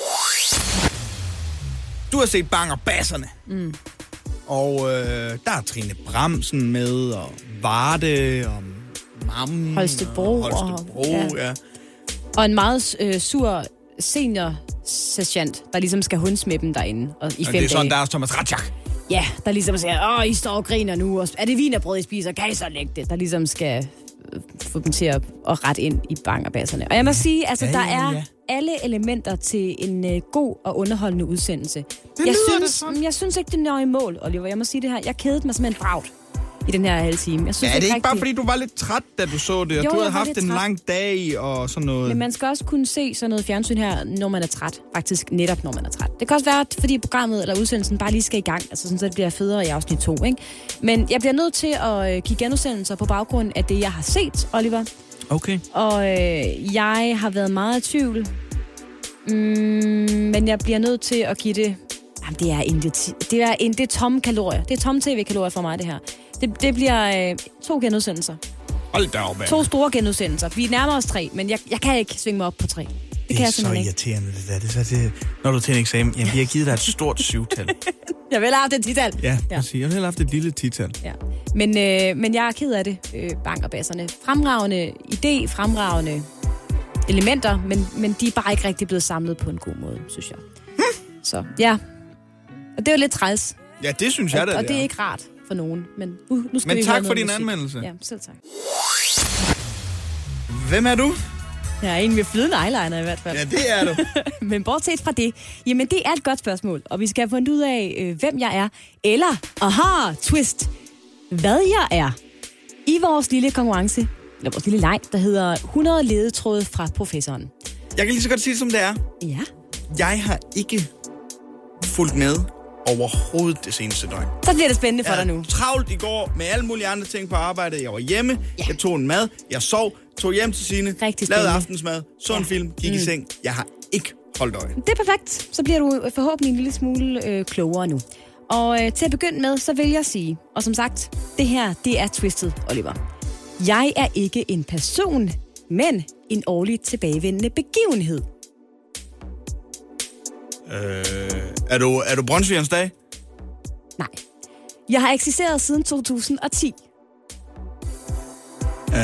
Du har set Bang og Basserne. Mm. Og øh, der er Trine Bramsen med, og Varde, og Mam, Holstebro. Og Holstebro, og, ja. ja. Og en meget øh, sur senior sergeant, der ligesom skal hunds med dem derinde. Og i fem det er sådan, dage. der er Thomas Ratchak. Ja, der ligesom siger, åh, I står og griner nu. Og er det wienerbrød, I spiser? Kan I så lægge det? Der ligesom skal øh, få dem til at, at rette ind i Bang og Basserne. Og jeg må sige, altså, ja, der er ja. alle elementer til en øh, god og underholdende udsendelse. Det jeg lyder synes, det sådan. Jeg synes ikke, det når i mål, Oliver. Jeg må sige det her. Jeg kedede mig simpelthen bragt i den her halve time. Jeg synes, ja, er det ikke rigtig... bare, fordi du var lidt træt, da du så det, og jo, du havde haft en træt. lang dag og sådan noget? Men man skal også kunne se sådan noget fjernsyn her, når man er træt. Faktisk netop, når man er træt. Det kan også være, fordi programmet eller udsendelsen bare lige skal i gang, altså sådan, så det bliver federe i afsnit to, ikke? Men jeg bliver nødt til at kigge genudsendelser på baggrund af det, jeg har set, Oliver. Okay. Og øh, jeg har været meget i tvivl. Mm, men jeg bliver nødt til at give det... Jamen, det er intet, det er, det er tomme kalorier. Det er tomme tv-kalorier for mig, det her. Det, det bliver øh, to genudsendelser. Hold da op, To store genudsendelser. Vi nærmer os tre, men jeg, jeg kan ikke svinge mig op på tre. Det, det kan er jeg så irriterende, det der. Det er så, det, når du er til en eksamen, jamen, vi har givet dig et stort syvtal. Jeg vil have haft et tital. Ja, ja. Præcis. Jeg vil have haft et lille tital. Ja. Men, øh, men jeg er ked af det, øh, Bang og Basserne. Fremragende idé, fremragende elementer, men, men de er bare ikke rigtig blevet samlet på en god måde, synes jeg. Hm. Så ja, og det er jo lidt træls. Ja, det synes jeg da, og, og det det er er. ikke rart for nogen. Men, uh, nu skal men vi tak for din musik. Anmeldelse. Ja, selv tak. Hvem er du? Jeg er en med flydende eyeliner i hvert fald. Ja, det er du. Men bortset fra det, jamen det er et godt spørgsmål, og vi skal have fundet ud af, øh, hvem jeg er, eller, aha, twist, hvad jeg er, i vores lille konkurrence, eller vores lille leg, der hedder hundrede ledetråde fra professoren. Jeg kan lige så godt sige, som det er. Ja. Jeg har ikke fulgt med overhovedet det seneste døgn. Så bliver det spændende for jeg dig nu. Travlt i går med alle mulige andre ting på arbejdet. Jeg var hjemme, ja. Jeg tog en mad, jeg sov, tog hjem til Signe, lavede aftensmad, så en ja. film, gik mm. i seng. Jeg har ikke holdt øje. Det er perfekt. Så bliver du forhåbentlig en lille smule øh, klogere nu. Og øh, til at begynde med, så vil jeg sige, og som sagt, det her, det er twistet, Oliver. Jeg er ikke en person, men en årligt tilbagevendende begivenhed. Øh, er du, er du Brøndsvigerens dag? Nej. Jeg har eksisteret siden to tusind og ti. Øh,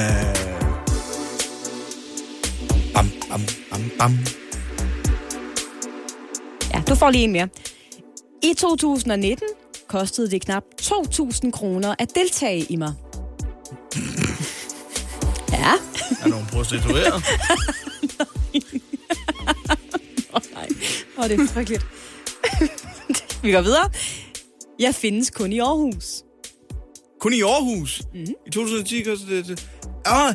bam, bam, bam, bam. Ja, du får lige en mere. I to tusind og nitten kostede det knap to tusind kroner at deltage i mig. Ja. Er nogen prostitueret? Nej. Åh, det er frygteligt. Vi går videre. Jeg findes kun i Aarhus. Kun i Aarhus? Mm-hmm. I to tusind og ti kostede det... Ah,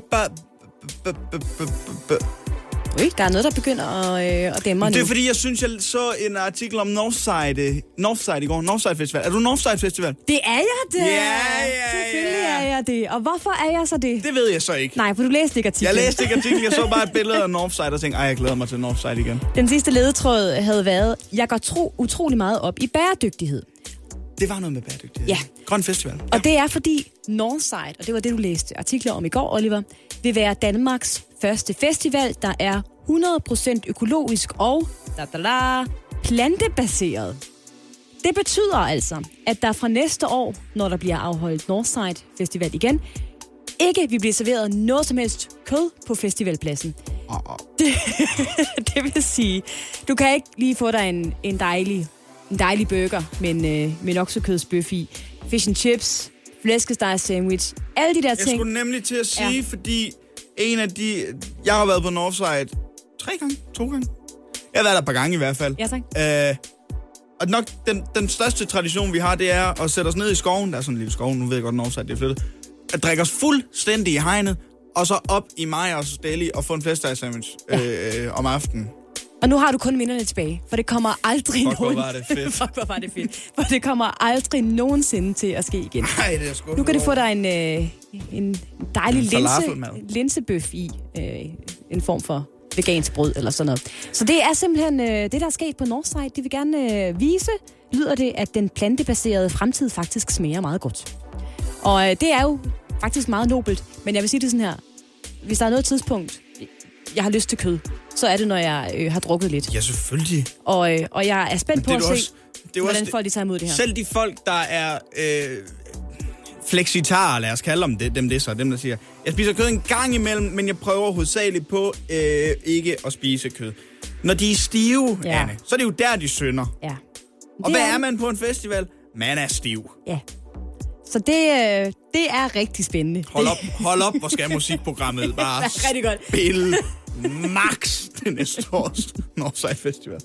Ui, der er noget, der begynder at, øh, at dæmme nu. Det er fordi, jeg synes, jeg så en artikel om Northside, Northside i går. Northside Festival. Er du Northside Festival? Det er jeg det! Ja, ja, Selvfølgelig ja. er jeg det. Og hvorfor er jeg så det? Det ved jeg så ikke. Nej, for du læste ikke artiklen. Jeg læste ikke artiklen. Jeg så bare et billede af Northside og tænkte, ej, jeg glæder mig til Northside igen. Den sidste ledetråd havde været, jeg går tro utrolig meget op i bæredygtighed. Det var noget med bæredygtighed. Ja. Grøn Festival. Ja. Og det er fordi Northside, og det var det, du læste artikler om i går, Oliver, vil være Danmarks første festival, der er hundrede procent økologisk og da, da, da, plantebaseret. Det betyder altså, at der fra næste år, når der bliver afholdt Northside Festival igen, ikke vil blive serveret noget som helst kød på festivalpladsen. Oh, oh. Det, det vil sige, du kan ikke lige få dig en, en, dejlig, en dejlig burger med en, øh, med en oksekødsbøf i. Fish and chips, flæskesteg sandwich, alle de der ting. Jeg skulle nemlig til at sige, ja. fordi en af de... Jeg har været på Northside tre gange, to gange. Jeg har været der et par gange i hvert fald. Ja, tak. Øh, og nok den, den største tradition, vi har, det er at sætte os ned i skoven. Der er sådan en lille skov, nu ved jeg godt, Northside, det er flyttet. At drikke os fuldstændig i hegnet, og så op i Meyers Deli og få en flæskesteg-sandwich ja. øh, om aftenen. Og nu har du kun minderne tilbage, for det kommer aldrig Fuck, nogen... hvor var det fedt. Fuck, hvor var det fedt. For det kommer aldrig nogensinde til at ske igen. Nej, det er sgu. Nu kan du få dig en, øh, en dejlig en linse, linsebøf i øh, en form for vegansk brød eller sådan noget. Så det er simpelthen øh, det, der er sket på Northside. De vil gerne øh, vise, lyder det, at den plantebaserede fremtid faktisk smager meget godt. Og øh, det er jo faktisk meget nobelt, men jeg vil sige det sådan her. Hvis der er noget tidspunkt, jeg har lyst til kød, så er det, når jeg øh, har drukket lidt. Ja, selvfølgelig. Og, øh, og jeg er spændt på at se, også, hvordan også, folk de tager imod det her. Selv de folk, der er øh, flexitarer, lad os kalde dem det, dem det så, dem der siger, jeg spiser kød en gang imellem, men jeg prøver hovedsageligt på øh, ikke at spise kød. Når de er stive, ja. Anne, så er det jo der, de synder. Ja. Og hvad er man på en festival? Man er stiv. Ja. Så det, øh, det er rigtig spændende. Hold op, hold op, hvor skal musikprogrammet bare rigtig godt. spille max det næste års Northside Festival.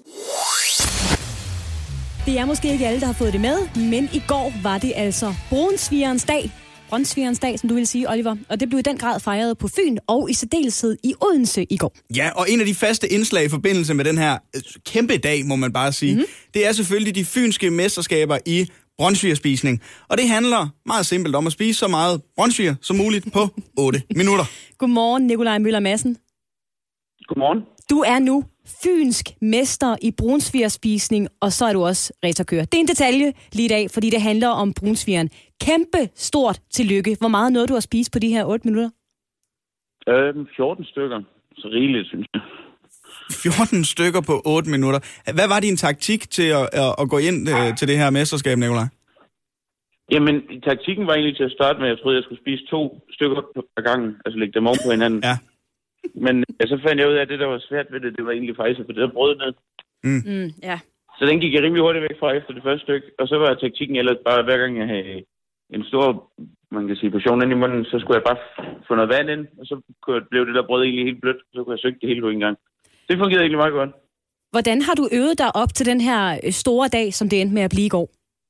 Det er måske ikke alle, der har fået det med, men i går var det altså brunsvigerens dag. Brunsvigerens dag, som du vil sige, Oliver. Og det blev i den grad fejret på Fyn og i særdeleshed i Odense i går. Ja, og en af de faste indslag i forbindelse med den her kæmpe dag, må man bare sige, mm-hmm. det er selvfølgelig de fynske mesterskaber i brunsvigerspisning. Og det handler meget simpelt om at spise så meget brunsviger som muligt på otte minutter. Godmorgen, Nikolaj Møller Madsen. Godmorgen. Du er nu fynsk mester i brunsvigerspisning, og så er du også racerkører. Det er en detalje lige i dag, fordi det handler om brunsvigeren. Kæmpe stort tillykke. Hvor meget nåede du at spise på de her otte minutter? Øhm, fjorten stykker. Så rigeligt, synes jeg. fjorten stykker på otte minutter. Hvad var din taktik til at, at, at gå ind øh, til det her mesterskab, Nikolaj? Jamen, taktikken var egentlig til at starte med, at jeg troede, jeg skulle spise to stykker per gang, altså lægge dem oven på hinanden. Ja. Men ja, så fandt jeg ud af, at det, der var svært ved det, det var egentlig faktisk at få det der brød ned. Mm. Mm, ja. Så den gik jeg rimelig hurtigt væk fra efter det første stykke. Og så var taktikken ellers bare, hver gang jeg havde en stor, man kan sige, portion ind i munden, så skulle jeg bare få noget vand ind, og så blev det der brød egentlig helt blødt, så kunne jeg søge det hele på en gang. Det fungerede egentlig meget godt. Hvordan har du øvet dig op til den her store dag, som det endte med at blive i går?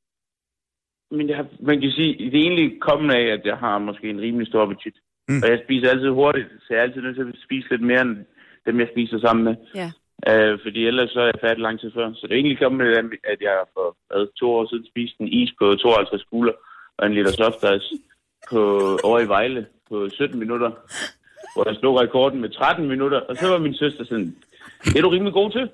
Men jeg har, man kan sige, det er egentlig kommet af, at jeg har måske en rimelig stor appetit. Mm. Og jeg spiser altid hurtigt, så jeg er altid nødt til at spise lidt mere end dem, jeg spiser sammen med. Ja. Øh, fordi ellers så er jeg færdig lang tid før. Så det er egentlig kommet af, at jeg for hvad, to år siden spiste en is på tooghalvtreds kugler og en liter softice på, over i Vejle på sytten minutter, hvor jeg slog rekorden med tretten minutter. Og så var min søster sådan, det er du rimelig god til.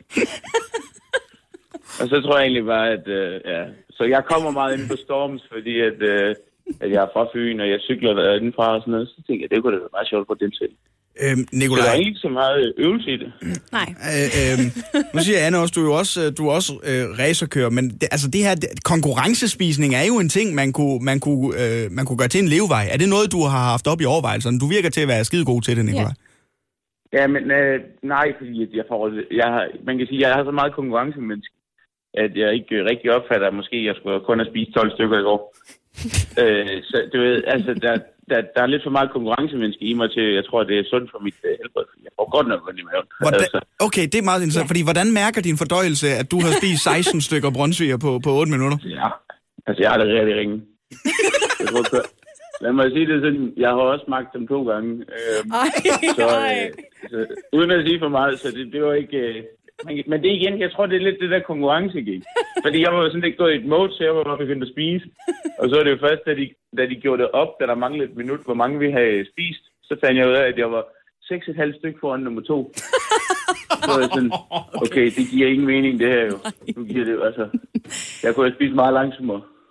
Og så tror jeg egentlig bare, at øh, ja. Så jeg kommer meget ind på Storms, fordi at, øh, at jeg er fra Fyn, og jeg cykler indenfra og sådan noget. Så tænker jeg, det kunne da være meget sjovt på den til. Øhm, Nikolaj. Så der er ikke så meget øvelse i det. Nej. Øh, øh, nu siger Anne også, du er jo også, du er også øh, racerkører, men det, altså det her det, konkurrencespisning er jo en ting, man kunne, man, kunne, øh, man kunne gøre til en levevej. Er det noget, du har haft op i overvejelserne? Du virker til at være skide god til det, Nikolaj. Ja, ja men øh, nej, fordi jeg får, jeg har, man kan sige, jeg har så meget konkurrencemenneske, at jeg ikke rigtig opfatter, at måske jeg skulle kun have spist tolv stykker i går. øh, så du ved, altså, der, der, der er lidt for meget konkurrencemenneske i mig til, jeg tror, det er sundt for mit uh, helbred, fordi jeg får godt nok ondt i maven. Hvordan, altså. Okay, det er meget interessant, ja. Fordi hvordan mærker din fordøjelse, at du har spist seksten stykker brunsviger på, på otte minutter? Ja, altså jeg har det rigtig ringe. jeg tror, så, lad mig sige det sådan, jeg har også smagt dem to gange. Øh, ej, så, øh, så, uden at sige for meget, så det, det var ikke... Øh, Men det igen, jeg tror, det er lidt det der konkurrence gik. Fordi jeg var jo sådan ikke gået i et mode, så jeg var bare begyndt at spise. Og så er det jo først, da de, da de gjorde det op, da der manglede et minut, hvor mange vi havde spist, så fandt jeg ud af, at jeg var seks og et halvt stykke foran nummer to. Så var jeg sådan, okay, det giver ingen mening, det her jo. Nu giver det jo, altså... Jeg kunne have spist meget langsommere.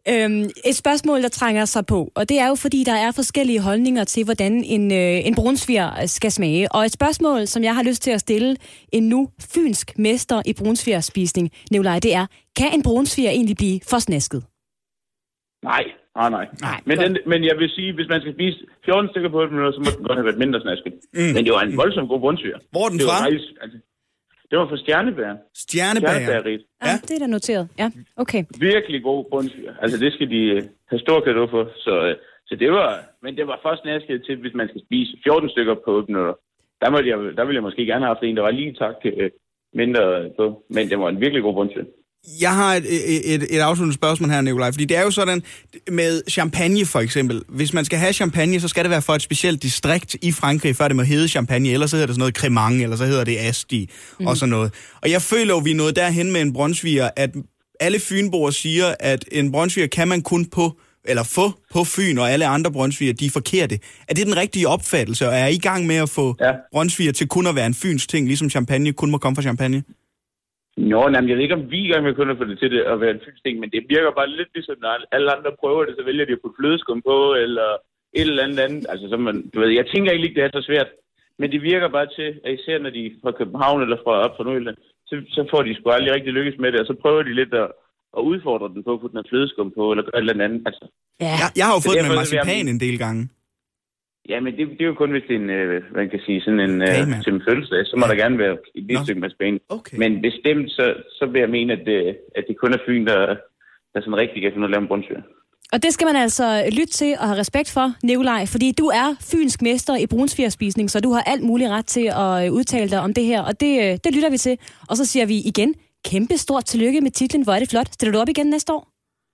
Øhm, et spørgsmål, der trænger sig på, og det er jo, fordi der er forskellige holdninger til, hvordan en, øh, en brunsviger skal smage. Og et spørgsmål, som jeg har lyst til at stille en nu fynsk mester i brunsvigerspisning, Nikolaj, det er, kan en brunsviger egentlig blive for snasket? Nej, nej, nej. nej men, den, men jeg vil sige, hvis man skal spise fjorten stykker på et minut, så må den godt have været mindre snasket. Mm. Men det var en voldsomt god brunsviger. Hvor er den det fra? Var faktisk, altså, det var fra Stjernebær. Stjernebær? Stjernebærrigt. Ja, det er da noteret. Ja, okay. Virkelig god brunsviger. Altså, det skal de uh, have stor cadeau for. Så, uh, så det var, men det var først snasket til, hvis man skal spise fjorten stykker på otte minutter. Der, jeg, der ville jeg måske gerne have haft en, der var lige tak uh, mindre på. Men det var en virkelig god brunsviger. Jeg har et, et, et afsluttende spørgsmål her, Nikolaj, fordi det er jo sådan med champagne for eksempel. Hvis man skal have champagne, så skal det være for et specielt distrikt i Frankrig, før det må hedde champagne, ellers så hedder det sådan noget Cremant, eller så hedder det Asti mm. og sådan noget. Og jeg føler jo, vi er nået derhen med en brunsviger, at alle fynboer siger, at en brunsviger kan man kun på, eller få på Fyn, og alle andre brunsviger, de er forkerte. Er det den rigtige opfattelse, og er I i gang med at få ja. brunsviger til kun at være en fyns ting, ligesom champagne kun må komme fra champagne? Nå, nej, jeg ved ikke, om vi er i gang med kun at få det til det at være en fyns ting, men det virker bare lidt ligesom, når alle andre prøver det, så vælger de at putte flødeskum på, eller et eller andet andet. Altså, så man, du ved, jeg tænker ikke lige, det er så svært, men det virker bare til, at især når de er fra København eller fra op fra Nordjylland, så, så får de sgu aldrig rigtig lykkes med det, og så prøver de lidt at, at udfordre den på at putte noget flødeskum på, eller et eller andet. Altså, ja. jeg, jeg har jo fået det med marcipan en del gange. Ja, men det, det er jo kun, hvis det er en, øh, man kan sige, sådan en, øh, til en fødselsdag, så må ja. der gerne være et lille stykke marcipan. Okay. Men bestemt, så, så vil jeg mene, at det, at det kun er Fyn, der, der sådan rigtig kan finde at lave en brunsviger. Og det skal man altså lytte til og have respekt for, Nikolaj, fordi du er fynsk mester i brunsvigerspisning, så du har alt muligt ret til at udtale dig om det her, og det, det lytter vi til. Og så siger vi igen, kæmpe stort tillykke med titlen, hvor er det flot. Stiller du op igen næste år?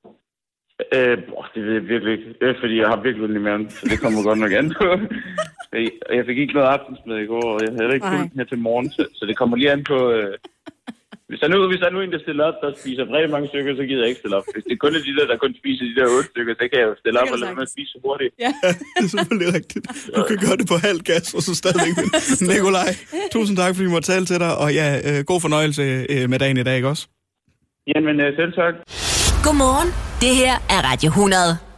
Øh, det ved jeg virkelig ikke. Det er, fordi jeg har virkelig ondt i maven, så det kommer godt nok an på. Jeg fik ikke noget aftensmad i går, og jeg havde ikke fulgt her til morgen, så, så det kommer lige an på... Øh, hvis, der nu, hvis der er nu en, der stiller op, der spiser rigtig mange stykker, så gider jeg ikke stille op. Hvis det kun er de der, der kun spiser de der otte stykker, så kan jeg jo stille op og lade mig spise så hurtigt. Ja, det er selvfølgelig rigtigt. Du kan gøre det på halv gas, og så stadigvæk. Nikolaj, tusind tak, fordi vi måtte tale til dig, og ja, øh, god fornøjelse øh, med dagen i dag, ikke også? Jamen, øh, selv tak. Godmorgen. Det her er Radio hundrede.